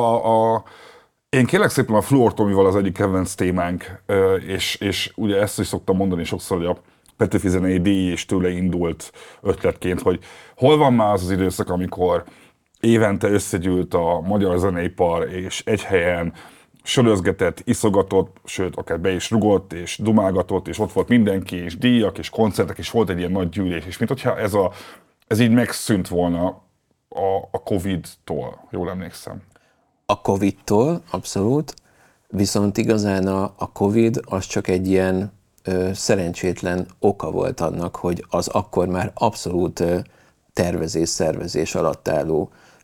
a, a, én kérlek szépen a Fluor Tomival az egyik kedvenc témánk, és, és ugye ezt is szoktam mondani sokszor, hogy a Petőfi zenei díj és tőle indult ötletként, hogy hol van már az az időszak, amikor évente összegyűlt a magyar zeneipar, és egy helyen sörözgetett, iszogatott, sőt, akár be is rugott, és dumálgatott, és ott volt mindenki, és díjak, és koncertek, és volt egy ilyen nagy gyűlés, és mint hogyha ez, a, ez így megszűnt volna a, a Covid-tól, jól emlékszem.
A Covid-tól, abszolút, viszont igazán a, a Covid az csak egy ilyen ö, szerencsétlen oka volt annak, hogy az akkor már abszolút ö, tervezés, szervezés alatt álló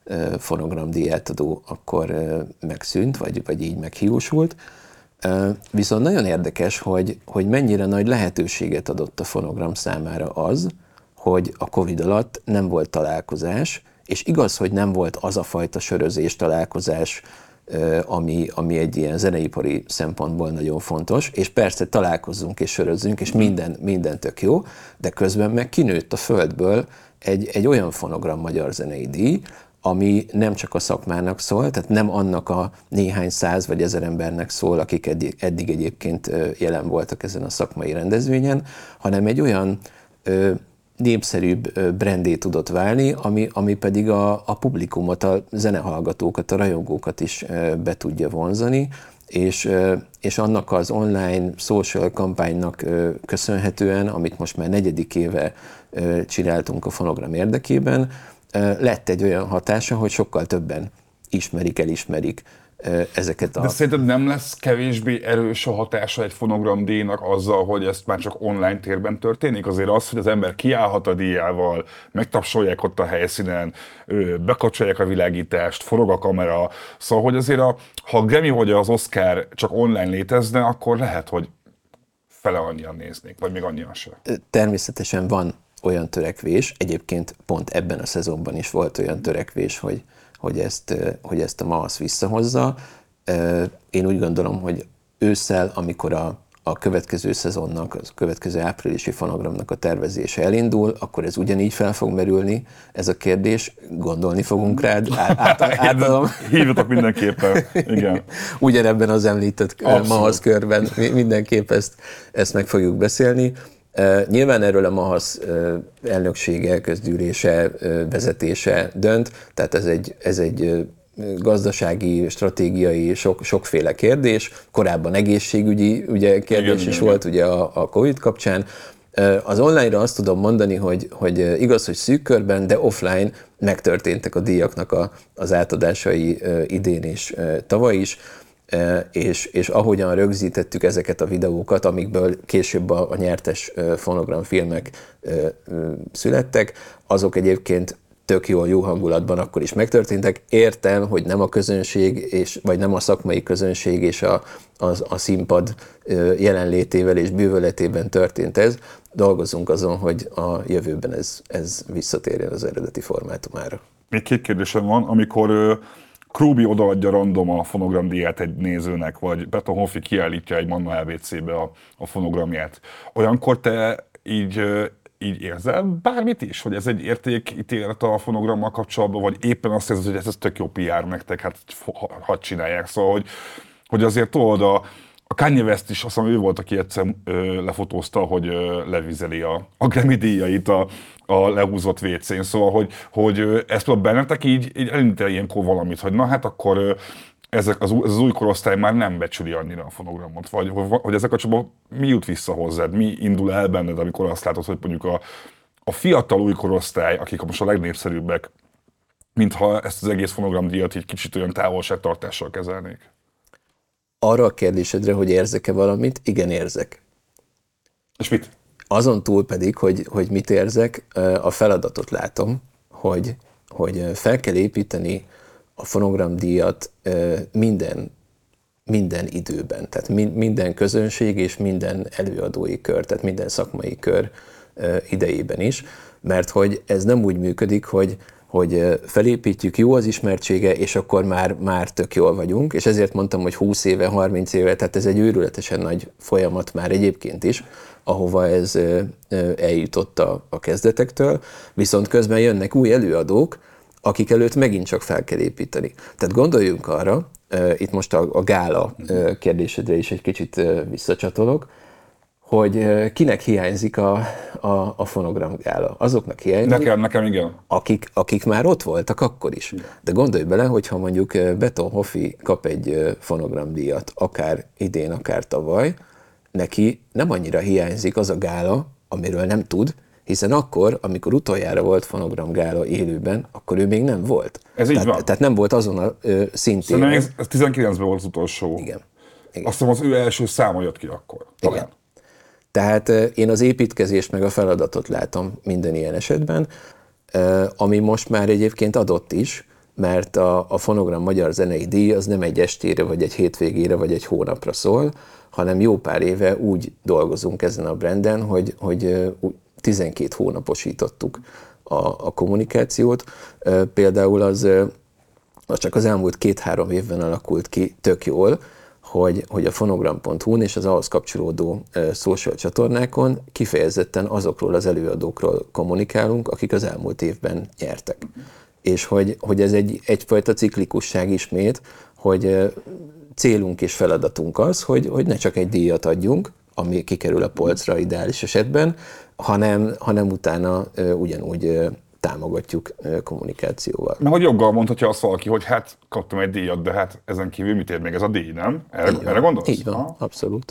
fonogramdíját adó akkor megszűnt, vagy, vagy így meghiúsult. Viszont nagyon érdekes, hogy, hogy mennyire nagy lehetőséget adott a fonogram számára az, hogy a Covid alatt nem volt találkozás, és igaz, hogy nem volt az a fajta sörözés, találkozás, ami, ami egy ilyen zeneipari szempontból nagyon fontos, és persze találkozzunk és sörözzünk, és minden, minden tök jó, de közben meg kinőtt a földből egy, egy olyan fonogram magyar zenei díj, ami nem csak a szakmának szól, tehát nem annak a néhány száz vagy ezer embernek szól, akik eddig, eddig egyébként jelen voltak ezen a szakmai rendezvényen, hanem egy olyan ö, népszerűbb brandé tudott válni, ami, ami pedig a, a publikumot, a zenehallgatókat, a rajongókat is be tudja vonzani, és, és annak az online social kampánynak köszönhetően, amit most már negyedik éve csináltunk a fonogram érdekében, lett egy olyan hatása, hogy sokkal többen ismerik, elismerik ezeket a...
De szerinted nem lesz kevésbé erős a hatása egy fonogramdíjnak azzal, hogy ezt már csak online térben történik? Azért az, hogy az ember kiállhat a díjával, megtapsolják ott a helyszínen, bekapcsolják a világítást, forog a kamera, szóval hogy azért a, ha a Grammy vagy az Oscar csak online létezne, akkor lehet, hogy fele annyian néznék, vagy még annyian sem.
Természetesen van olyan törekvés, egyébként pont ebben a szezonban is volt olyan törekvés, hogy hogy ezt, hogy ezt a MAHASZ visszahozza. Én úgy gondolom, hogy ősszel, amikor a, a következő szezonnak, a következő áprilisi fonogramnak a tervezése elindul, akkor ez ugyanígy fel fog merülni, ez a kérdés, gondolni fogunk rád. Át, átadom.
Hívjatok mindenképpen, igen.
Ugyanebben az említett MAHASZ körben mindenképp ezt, ezt meg fogjuk beszélni. Uh, nyilván erről a MAHASZ uh, elnöksége, közgyűlése, uh, vezetése dönt, tehát ez egy, ez egy uh, gazdasági, stratégiai, sok, sokféle kérdés. Korábban egészségügyi ugye, kérdés igen, is igen. volt ugye a, a Covid kapcsán. Uh, az online-ra azt tudom mondani, hogy, hogy uh, igaz, hogy szűk körben, de offline megtörténtek a díjaknak a, az átadásai uh, idén és uh, tavaly is. És, és ahogyan rögzítettük ezeket a videókat, amikből később a, a nyertes fonogramfilmek születtek, azok egyébként tök jól, jó hangulatban akkor is megtörténtek. Értem, hogy nem a közönség, és, vagy nem a szakmai közönség és a, a, a színpad jelenlétével és bűvöletében történt ez. Dolgozunk azon, hogy a jövőben ez, ez visszatérjen az eredeti formátumára.
Még két kérdésem van, amikor Krúbi odaadja random a fonogramdíját egy nézőnek, vagy Beton Hoffi kiállítja egy Manna á bé cé-be a, a fonogramját. Olyankor te így, így érzel bármit is? Hogy ez egy értékítélet a fonogrammal kapcsolatban, vagy éppen azt érzed, hogy ez, ez tök jó pé er nektek, hát hadd csinálják. Szóval, hogy, hogy azért tudod, a, a Kanye West is, azt hiszem ő volt, aki egyszer ö, lefotózta, hogy ö, levizeli a, a Grammy díjait a, a lehúzott vécén, szóval, hogy, hogy ö, ezt például bennetek így, így elindítani ilyenkor valamit, hogy na hát akkor ö, ezek az, ez az új korosztály már nem becsüli annyira a fonogramot, vagy hogy ezek a csomag mi jut vissza hozzád, mi indul el benned, amikor azt látod, hogy mondjuk a, a fiatal új korosztály, akik most a legnépszerűbbek, mintha ezt az egész fonogramdíjat így kicsit olyan távolságtartással kezelnék.
Arra a kérdésedre, hogy érzek-e valamit, igen, érzek.
És mit?
Azon túl pedig, hogy, hogy mit érzek, a feladatot látom, hogy, hogy fel kell építeni a fonogramdíjat minden, minden időben, tehát minden közönség és minden előadói kör, tehát minden szakmai kör idejében is, mert hogy ez nem úgy működik, hogy hogy felépítjük, jó az ismertsége, és akkor már, már tök jól vagyunk, és ezért mondtam, hogy húsz éve, harminc éve, tehát ez egy őrületesen nagy folyamat már egyébként is, ahova ez eljutott a, a kezdetektől, viszont közben jönnek új előadók, akik előtt megint csak fel kell építeni. Tehát gondoljunk arra, itt most a, a gála kérdésedre is egy kicsit visszacsatolok, hogy kinek hiányzik a, a, a fonogramgála. Azoknak hiányzik,
nekem, nekem igen.
Akik, akik már ott voltak akkor is. De gondolj bele, hogyha mondjuk Beton Hoffi kap egy fonogramdíjat, akár idén, akár tavaly, neki nem annyira hiányzik az a gála, amiről nem tud, hiszen akkor, amikor utoljára volt fonogramgála élőben, akkor ő még nem volt.
Ez
tehát,
így van.
Tehát nem volt azon a ö, szintén.
Szerintem ez, ez tizenkilencben volt az utolsó.
Igen. Igen.
Azt hiszem az ő első száma jött ki akkor. Talán.
Igen. Tehát én az építkezést meg a feladatot látom minden ilyen esetben, ami most már egyébként adott is, mert a, a Fonogram Magyar Zenei Díj az nem egy estére, vagy egy hétvégére, vagy egy hónapra szól, hanem jó pár éve úgy dolgozunk ezen a branden, hogy, hogy tizenkét hónaposítottuk a, a kommunikációt. Például az, az csak az elmúlt két-három évben alakult ki tök jól, hogy, hogy a fonogram pont hu-n és az ahhoz kapcsolódó uh, social csatornákon kifejezetten azokról az előadókról kommunikálunk, akik az elmúlt évben nyertek. Uh-huh. És hogy, hogy ez egy, egyfajta ciklikusság ismét, hogy uh, célunk és feladatunk az, hogy, hogy ne csak egy díjat adjunk, ami kikerül a polcra ideális esetben, hanem, hanem utána uh, ugyanúgy uh, támogatjuk kommunikációval.
Mert hogy joggal mondhatja azt valaki, hogy hát kaptam egy díjat, de hát ezen kívül mit ér még ez a díj, nem? Erre, erre gondolsz?
Így van, ha? Abszolút.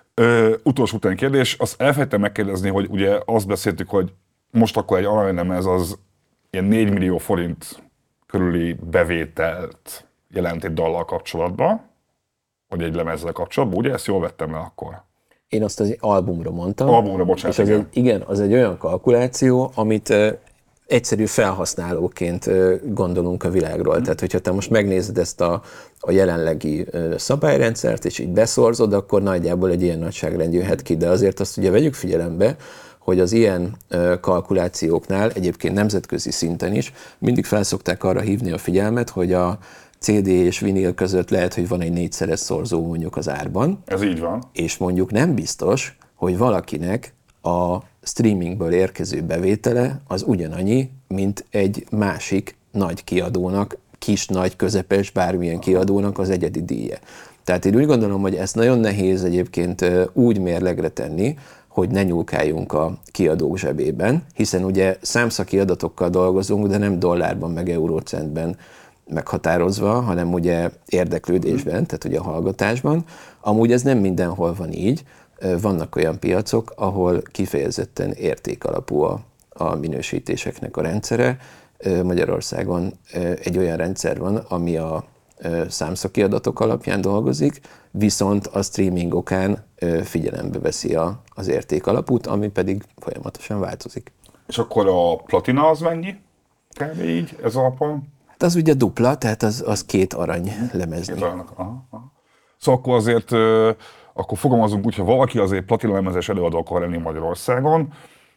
Ö, utolsó utáni kérdés, azt elfelejtem megkérdezni, hogy ugye azt beszéltük, hogy most akkor egy aranylemez az ilyen négy millió forint körüli bevételt jelent egy dallal kapcsolatban, vagy egy lemezzel kapcsolatban, ugye? Ezt jól vettem le akkor?
Én azt az albumra mondtam.
Albumra, bocsánat.
És az igen. Egy, igen, az egy olyan kalkuláció, amit egyszerű felhasználóként gondolunk a világról. Mm. Tehát, hogyha te most megnézed ezt a, a jelenlegi szabályrendszert, és így beszorzod, akkor nagyjából egy ilyen nagyságrend jöhet ki. De azért azt ugye vegyük figyelembe, hogy az ilyen kalkulációknál, egyébként nemzetközi szinten is, mindig felszokták arra hívni a figyelmet, hogy a cé dé és vinil között lehet, hogy van egy négyszeres szorzó mondjuk az árban.
Ez így van.
És mondjuk nem biztos, hogy valakinek a streamingből érkező bevétele az ugyanannyi, mint egy másik nagy kiadónak, kis, nagy, közepes, bármilyen kiadónak az egyedi díja. Tehát én úgy gondolom, hogy ezt nagyon nehéz egyébként úgy mérlegre tenni, hogy ne nyúlkáljunk a kiadók zsebében, hiszen ugye számszaki adatokkal dolgozunk, de nem dollárban, meg eurócentben meghatározva, hanem ugye érdeklődésben, tehát ugye a hallgatásban. Amúgy ez nem mindenhol van így. Vannak olyan piacok, ahol kifejezetten értékalapú a, a minősítéseknek a rendszere. Magyarországon egy olyan rendszer van, ami a számszaki adatok alapján dolgozik, viszont a streaming okán figyelembe veszi a, az értékalapút, ami pedig folyamatosan változik.
És akkor a platina az mennyi? Kb. Így, ez alapon?
Hát az ugye dupla, tehát az, az két arany lemezni.
Aha, aha. Szóval akkor azért, akkor fogalmazunk úgy, ha valaki azért platina lemezes előadó akar lenni Magyarországon,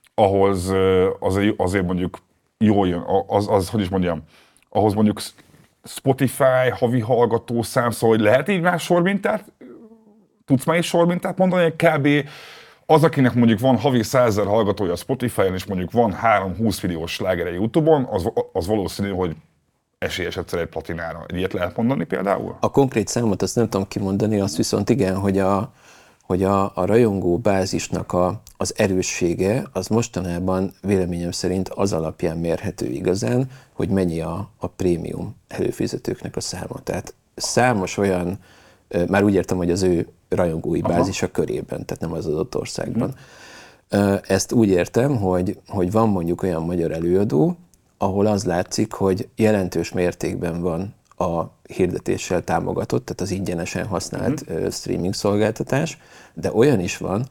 ahhoz azért, azért mondjuk jól jön, az, az, hogy is mondjam, ahhoz mondjuk Spotify, havi hallgató szám, szóval hogy lehet így más sormintát? Tudsz már egy sormintát mondani, hogy kb. Az, akinek mondjuk van havi százezer hallgatója a Spotify-on, és mondjuk van három-húsz milliós slágere YouTube-on, az, az valószínű, hogy esélyes egyszer egy platinára. Egy ilyet lehet mondani például?
A konkrét számot azt nem tudom kimondani, azt viszont igen, hogy a, hogy a, a rajongó bázisnak a, az erőssége az mostanában véleményem szerint az alapján mérhető igazán, hogy mennyi a, a prémium előfizetőknek a száma. Tehát számos olyan, már úgy értem, hogy az ő rajongói Aha. bázisa körében, tehát nem az adott országban. Hmm. Ezt úgy értem, hogy, hogy van mondjuk olyan magyar előadó, ahol az látszik, hogy jelentős mértékben van a hirdetéssel támogatott, tehát az ingyenesen használt uh-huh. streaming szolgáltatás, de olyan is van,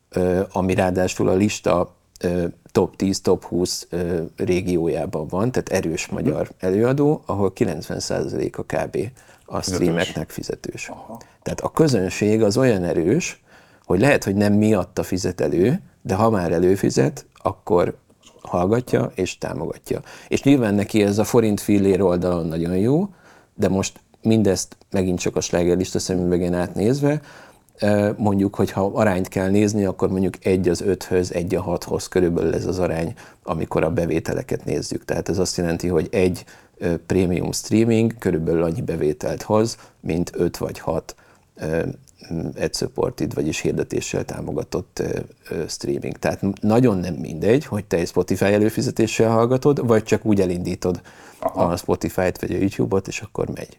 ami ráadásul a lista top tíz, top húsz régiójában van, tehát erős magyar uh-huh. előadó, ahol kilencven százaléka kb. A streameknek fizetős. Aha. Tehát a közönség az olyan erős, hogy lehet, hogy nem miatta fizet elő, de ha már előfizet, akkor hallgatja és támogatja. És nyilván neki ez a forint fillér oldalon nagyon jó, de most mindezt megint csak a slágerlista szemüvegén átnézve, mondjuk, hogy ha arányt kell nézni, akkor mondjuk egy az öthöz, egy a hathoz körülbelül ez az arány, amikor a bevételeket nézzük. Tehát ez azt jelenti, hogy egy prémium streaming körülbelül annyi bevételt hoz, mint öt vagy hat ad-supported, vagyis hirdetéssel támogatott streaming. Tehát nagyon nem mindegy, hogy te egy Spotify előfizetéssel hallgatod, vagy csak úgy elindítod Aha. a Spotify-t, vagy a YouTube-ot, és akkor megy.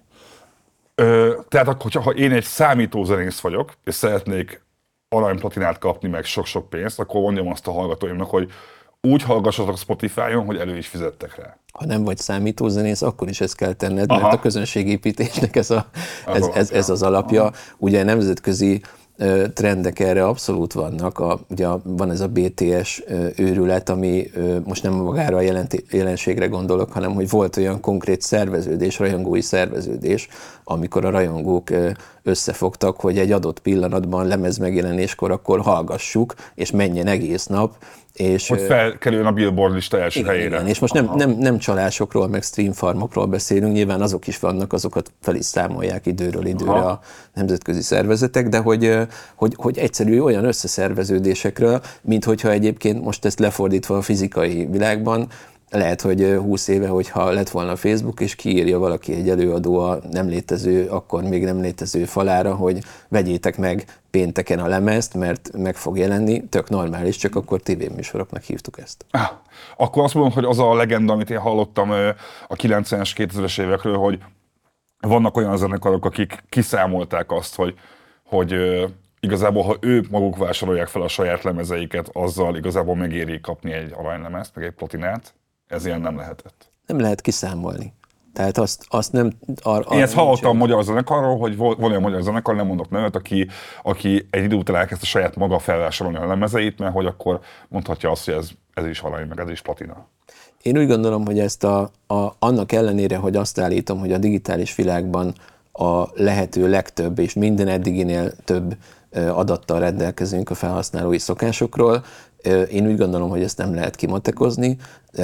Ö, tehát akkor, ha én egy számítózenész vagyok, és szeretnék aranyplatinát kapni, meg sok-sok pénzt, akkor mondjam azt a hallgatóimnak, hogy úgy hallgassatok Spotify-on, hogy elő is fizettek rá.
Ha nem vagy számítózenész, akkor is ezt kell tenned,
Aha.
mert a közönségépítésnek ez, a, ez, ez, ez az alapja. Aha. Ugye nemzetközi trendek erre abszolút vannak. A, ugye van ez a bé té es őrület, ami most nem magára a jelenti, jelenségre gondolok, hanem hogy volt olyan konkrét szerveződés, rajongói szerveződés, amikor a rajongók összefogtak, hogy egy adott pillanatban lemez megjelenéskor akkor hallgassuk, és menjen egész nap. És,
hogy felkerüljön a Billboard lista első
igen,
helyére.
Igen, és most nem, nem, nem csalásokról, meg streamfarmokról beszélünk, nyilván azok is vannak, azokat fel is számolják időről időre Aha. a nemzetközi szervezetek, de hogy, hogy, hogy egyszerű olyan összeszerveződésekről, mint hogyha egyébként most ezt lefordítva a fizikai világban, lehet, hogy húsz éve, hogyha lett volna a Facebook, és kiírja valaki egy előadó a nem létező, akkor még nem létező falára, hogy vegyétek meg pénteken a lemezt, mert meg fog jelenni, tök normális, csak akkor tévéműsoroknak hívtuk ezt.
Ah, akkor azt mondom, hogy az a legenda, amit én hallottam a kilencvenes, kétezres évekről, hogy vannak olyan zenekarok, akik kiszámolták azt, hogy, hogy igazából, ha ők maguk vásárolják fel a saját lemezeiket, azzal igazából megéri kapni egy aranylemezt, meg egy platinát. Ez ilyen nem lehetett.
Nem lehet kiszámolni. Tehát azt, azt nem... Ar,
Én ezt hallottam magyar zenekarról, hogy van olyan magyar zenekar, nem mondok nevet, aki, aki egy idő után elkezdte saját maga felvásárolni a lemezeit, mert hogy akkor mondhatja azt, hogy ez, ez is arany, meg ez is platina.
Én úgy gondolom, hogy ezt a, a, annak ellenére, hogy azt állítom, hogy a digitális világban a lehető legtöbb és minden eddiginél több adattal rendelkezünk a felhasználói szokásokról, én úgy gondolom, hogy ezt nem lehet kimatekozni,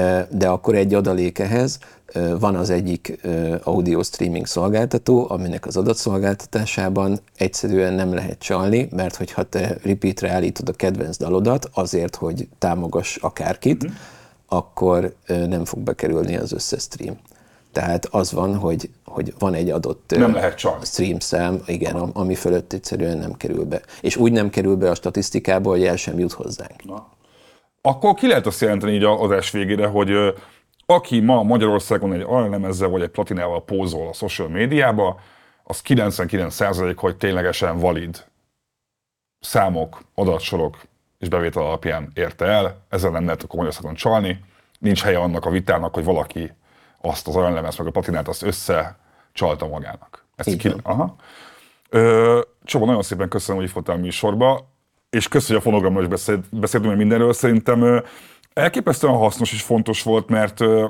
de akkor egy adalék ehhez, van az egyik audio streaming szolgáltató, aminek az adatszolgáltatásában egyszerűen nem lehet csalni, mert hogyha te repeatre állítod a kedvenc dalodat azért, hogy támogass akárkit, mm. akkor nem fog bekerülni az összes stream. Tehát az van, hogy, hogy van egy adott
nem lehet
stream szám, igen, ami fölött egyszerűen nem kerül be. És úgy nem kerül be a statisztikába, hogy el sem jut hozzánk. Na.
Akkor ki lehet azt jelenteni így az adás végére, hogy ö, aki ma Magyarországon egy aranylemezzel vagy egy platinával pózol a social médiába, az kilencvenkilenc százalék, hogy ténylegesen valid számok, adatsorok és bevétel alapján érte el. Ezzel nem lehet akkor Magyarországon csalni. Nincs helye annak a vitának, hogy valaki azt az aranylemezt meg a platinát azt összecsalta magának. Ezt ki... Aha. Ö, Csaba, nagyon szépen köszönöm, hogy itt voltál a műsorba, és köszönöm, hogy a fonogramról is beszélt, beszéltünk mindenről. Szerintem ö, elképesztően hasznos és fontos volt, mert ö,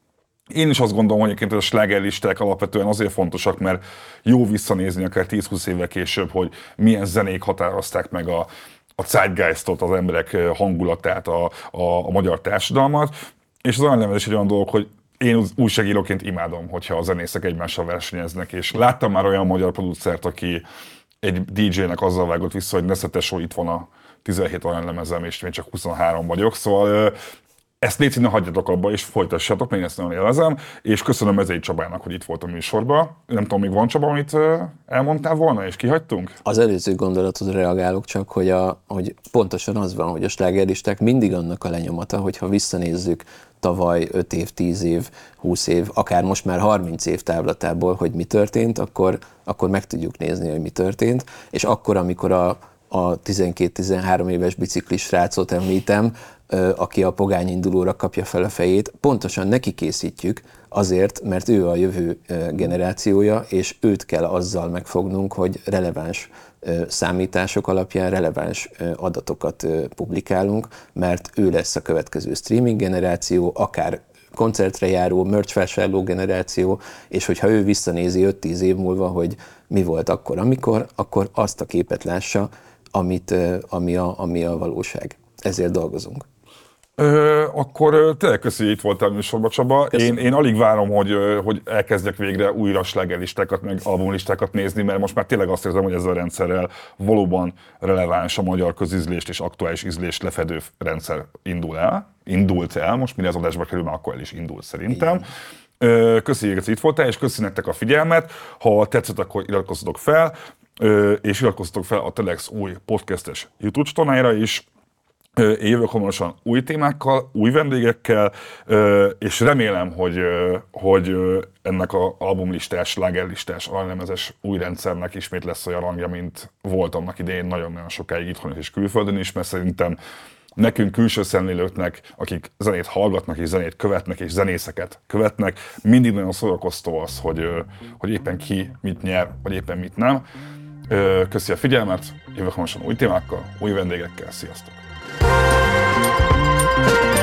én is azt gondolom, hogy egyébként a slágerlisták alapvetően azért fontosak, mert jó visszanézni akár tíz-húsz évvel később, hogy milyen zenék határozták meg a, a zeitgeistot, az emberek hangulatát, a, a, a magyar társadalmat. És az aranylemez is egy olyan dolog, hogy én újságíróként imádom, hogyha a zenészek egymással versenyeznek, és láttam már olyan magyar producert, aki egy dé jének azzal vágott vissza, hogy nesze tesó, itt van a tizenhét aranylemezem, és én csak huszonhárom vagyok, szóval ezt légy színe hagyjatok abba, és folytassatok, én ezt nagyon élvezem, és köszönöm Mezei Csabának, hogy itt volt a műsorban. Nem tudom, még van, Csaba, amit elmondtál volna, és kihagytunk?
Az előző gondolatod reagálok csak, hogy, a, hogy pontosan az van, hogy a slágerlisták mindig annak a lenyomata, hogyha visszanézzük tavaly öt év, tíz év, húsz év, akár most már harminc év távlatából, hogy mi történt, akkor, akkor meg tudjuk nézni, hogy mi történt, és akkor, amikor a, a tizenkét-tizenhárom éves biciklis srácot említem, aki a pogányindulóra kapja fel a fejét, pontosan neki készítjük azért, mert ő a jövő generációja, és őt kell azzal megfognunk, hogy releváns számítások alapján releváns adatokat publikálunk, mert ő lesz a következő streaming generáció, akár koncertre járó, merch vásárló generáció, és hogyha ő visszanézi öt-tíz év múlva, hogy mi volt akkor, amikor, akkor azt a képet lássa, amit, ami, a, ami a valóság. Ezért dolgozunk.
Ö, akkor tényleg köszönjük, hogy itt voltál műsorban, Csaba. Én, én alig várom, hogy, hogy elkezdjek végre újra slágerlistákat, meg albumlistákat nézni, mert most már tényleg azt érzem, hogy ezzel a rendszerrel valóban releváns a magyar közízlést és aktuális ízlést lefedő rendszer indul el. Indult el, most mire az adásba kerül, már akkor el is indult szerintem. Ö, köszönjük, hogy itt voltál, és köszönjük nektek a figyelmet. Ha tetszett, akkor iratkozzatok fel, és iratkozzatok fel a Telex új podcastes YouTube csatornájára is. Én jövök hamarosan új témákkal, új vendégekkel, és remélem, hogy, hogy ennek az albumlistás, slágerlistás, aranylemezes új rendszernek ismét lesz olyan rangja, mint volt annak idején nagyon-nagyon sokáig itthon és külföldön is, mert szerintem nekünk külső szemlélőknek, akik zenét hallgatnak és zenét követnek és zenészeket követnek, mindig nagyon szórakoztó az, hogy, hogy éppen ki mit nyer, vagy éppen mit nem. Ö, Köszi a figyelmet, jövök hamarosan új témákkal, új vendégekkel, sziasztok!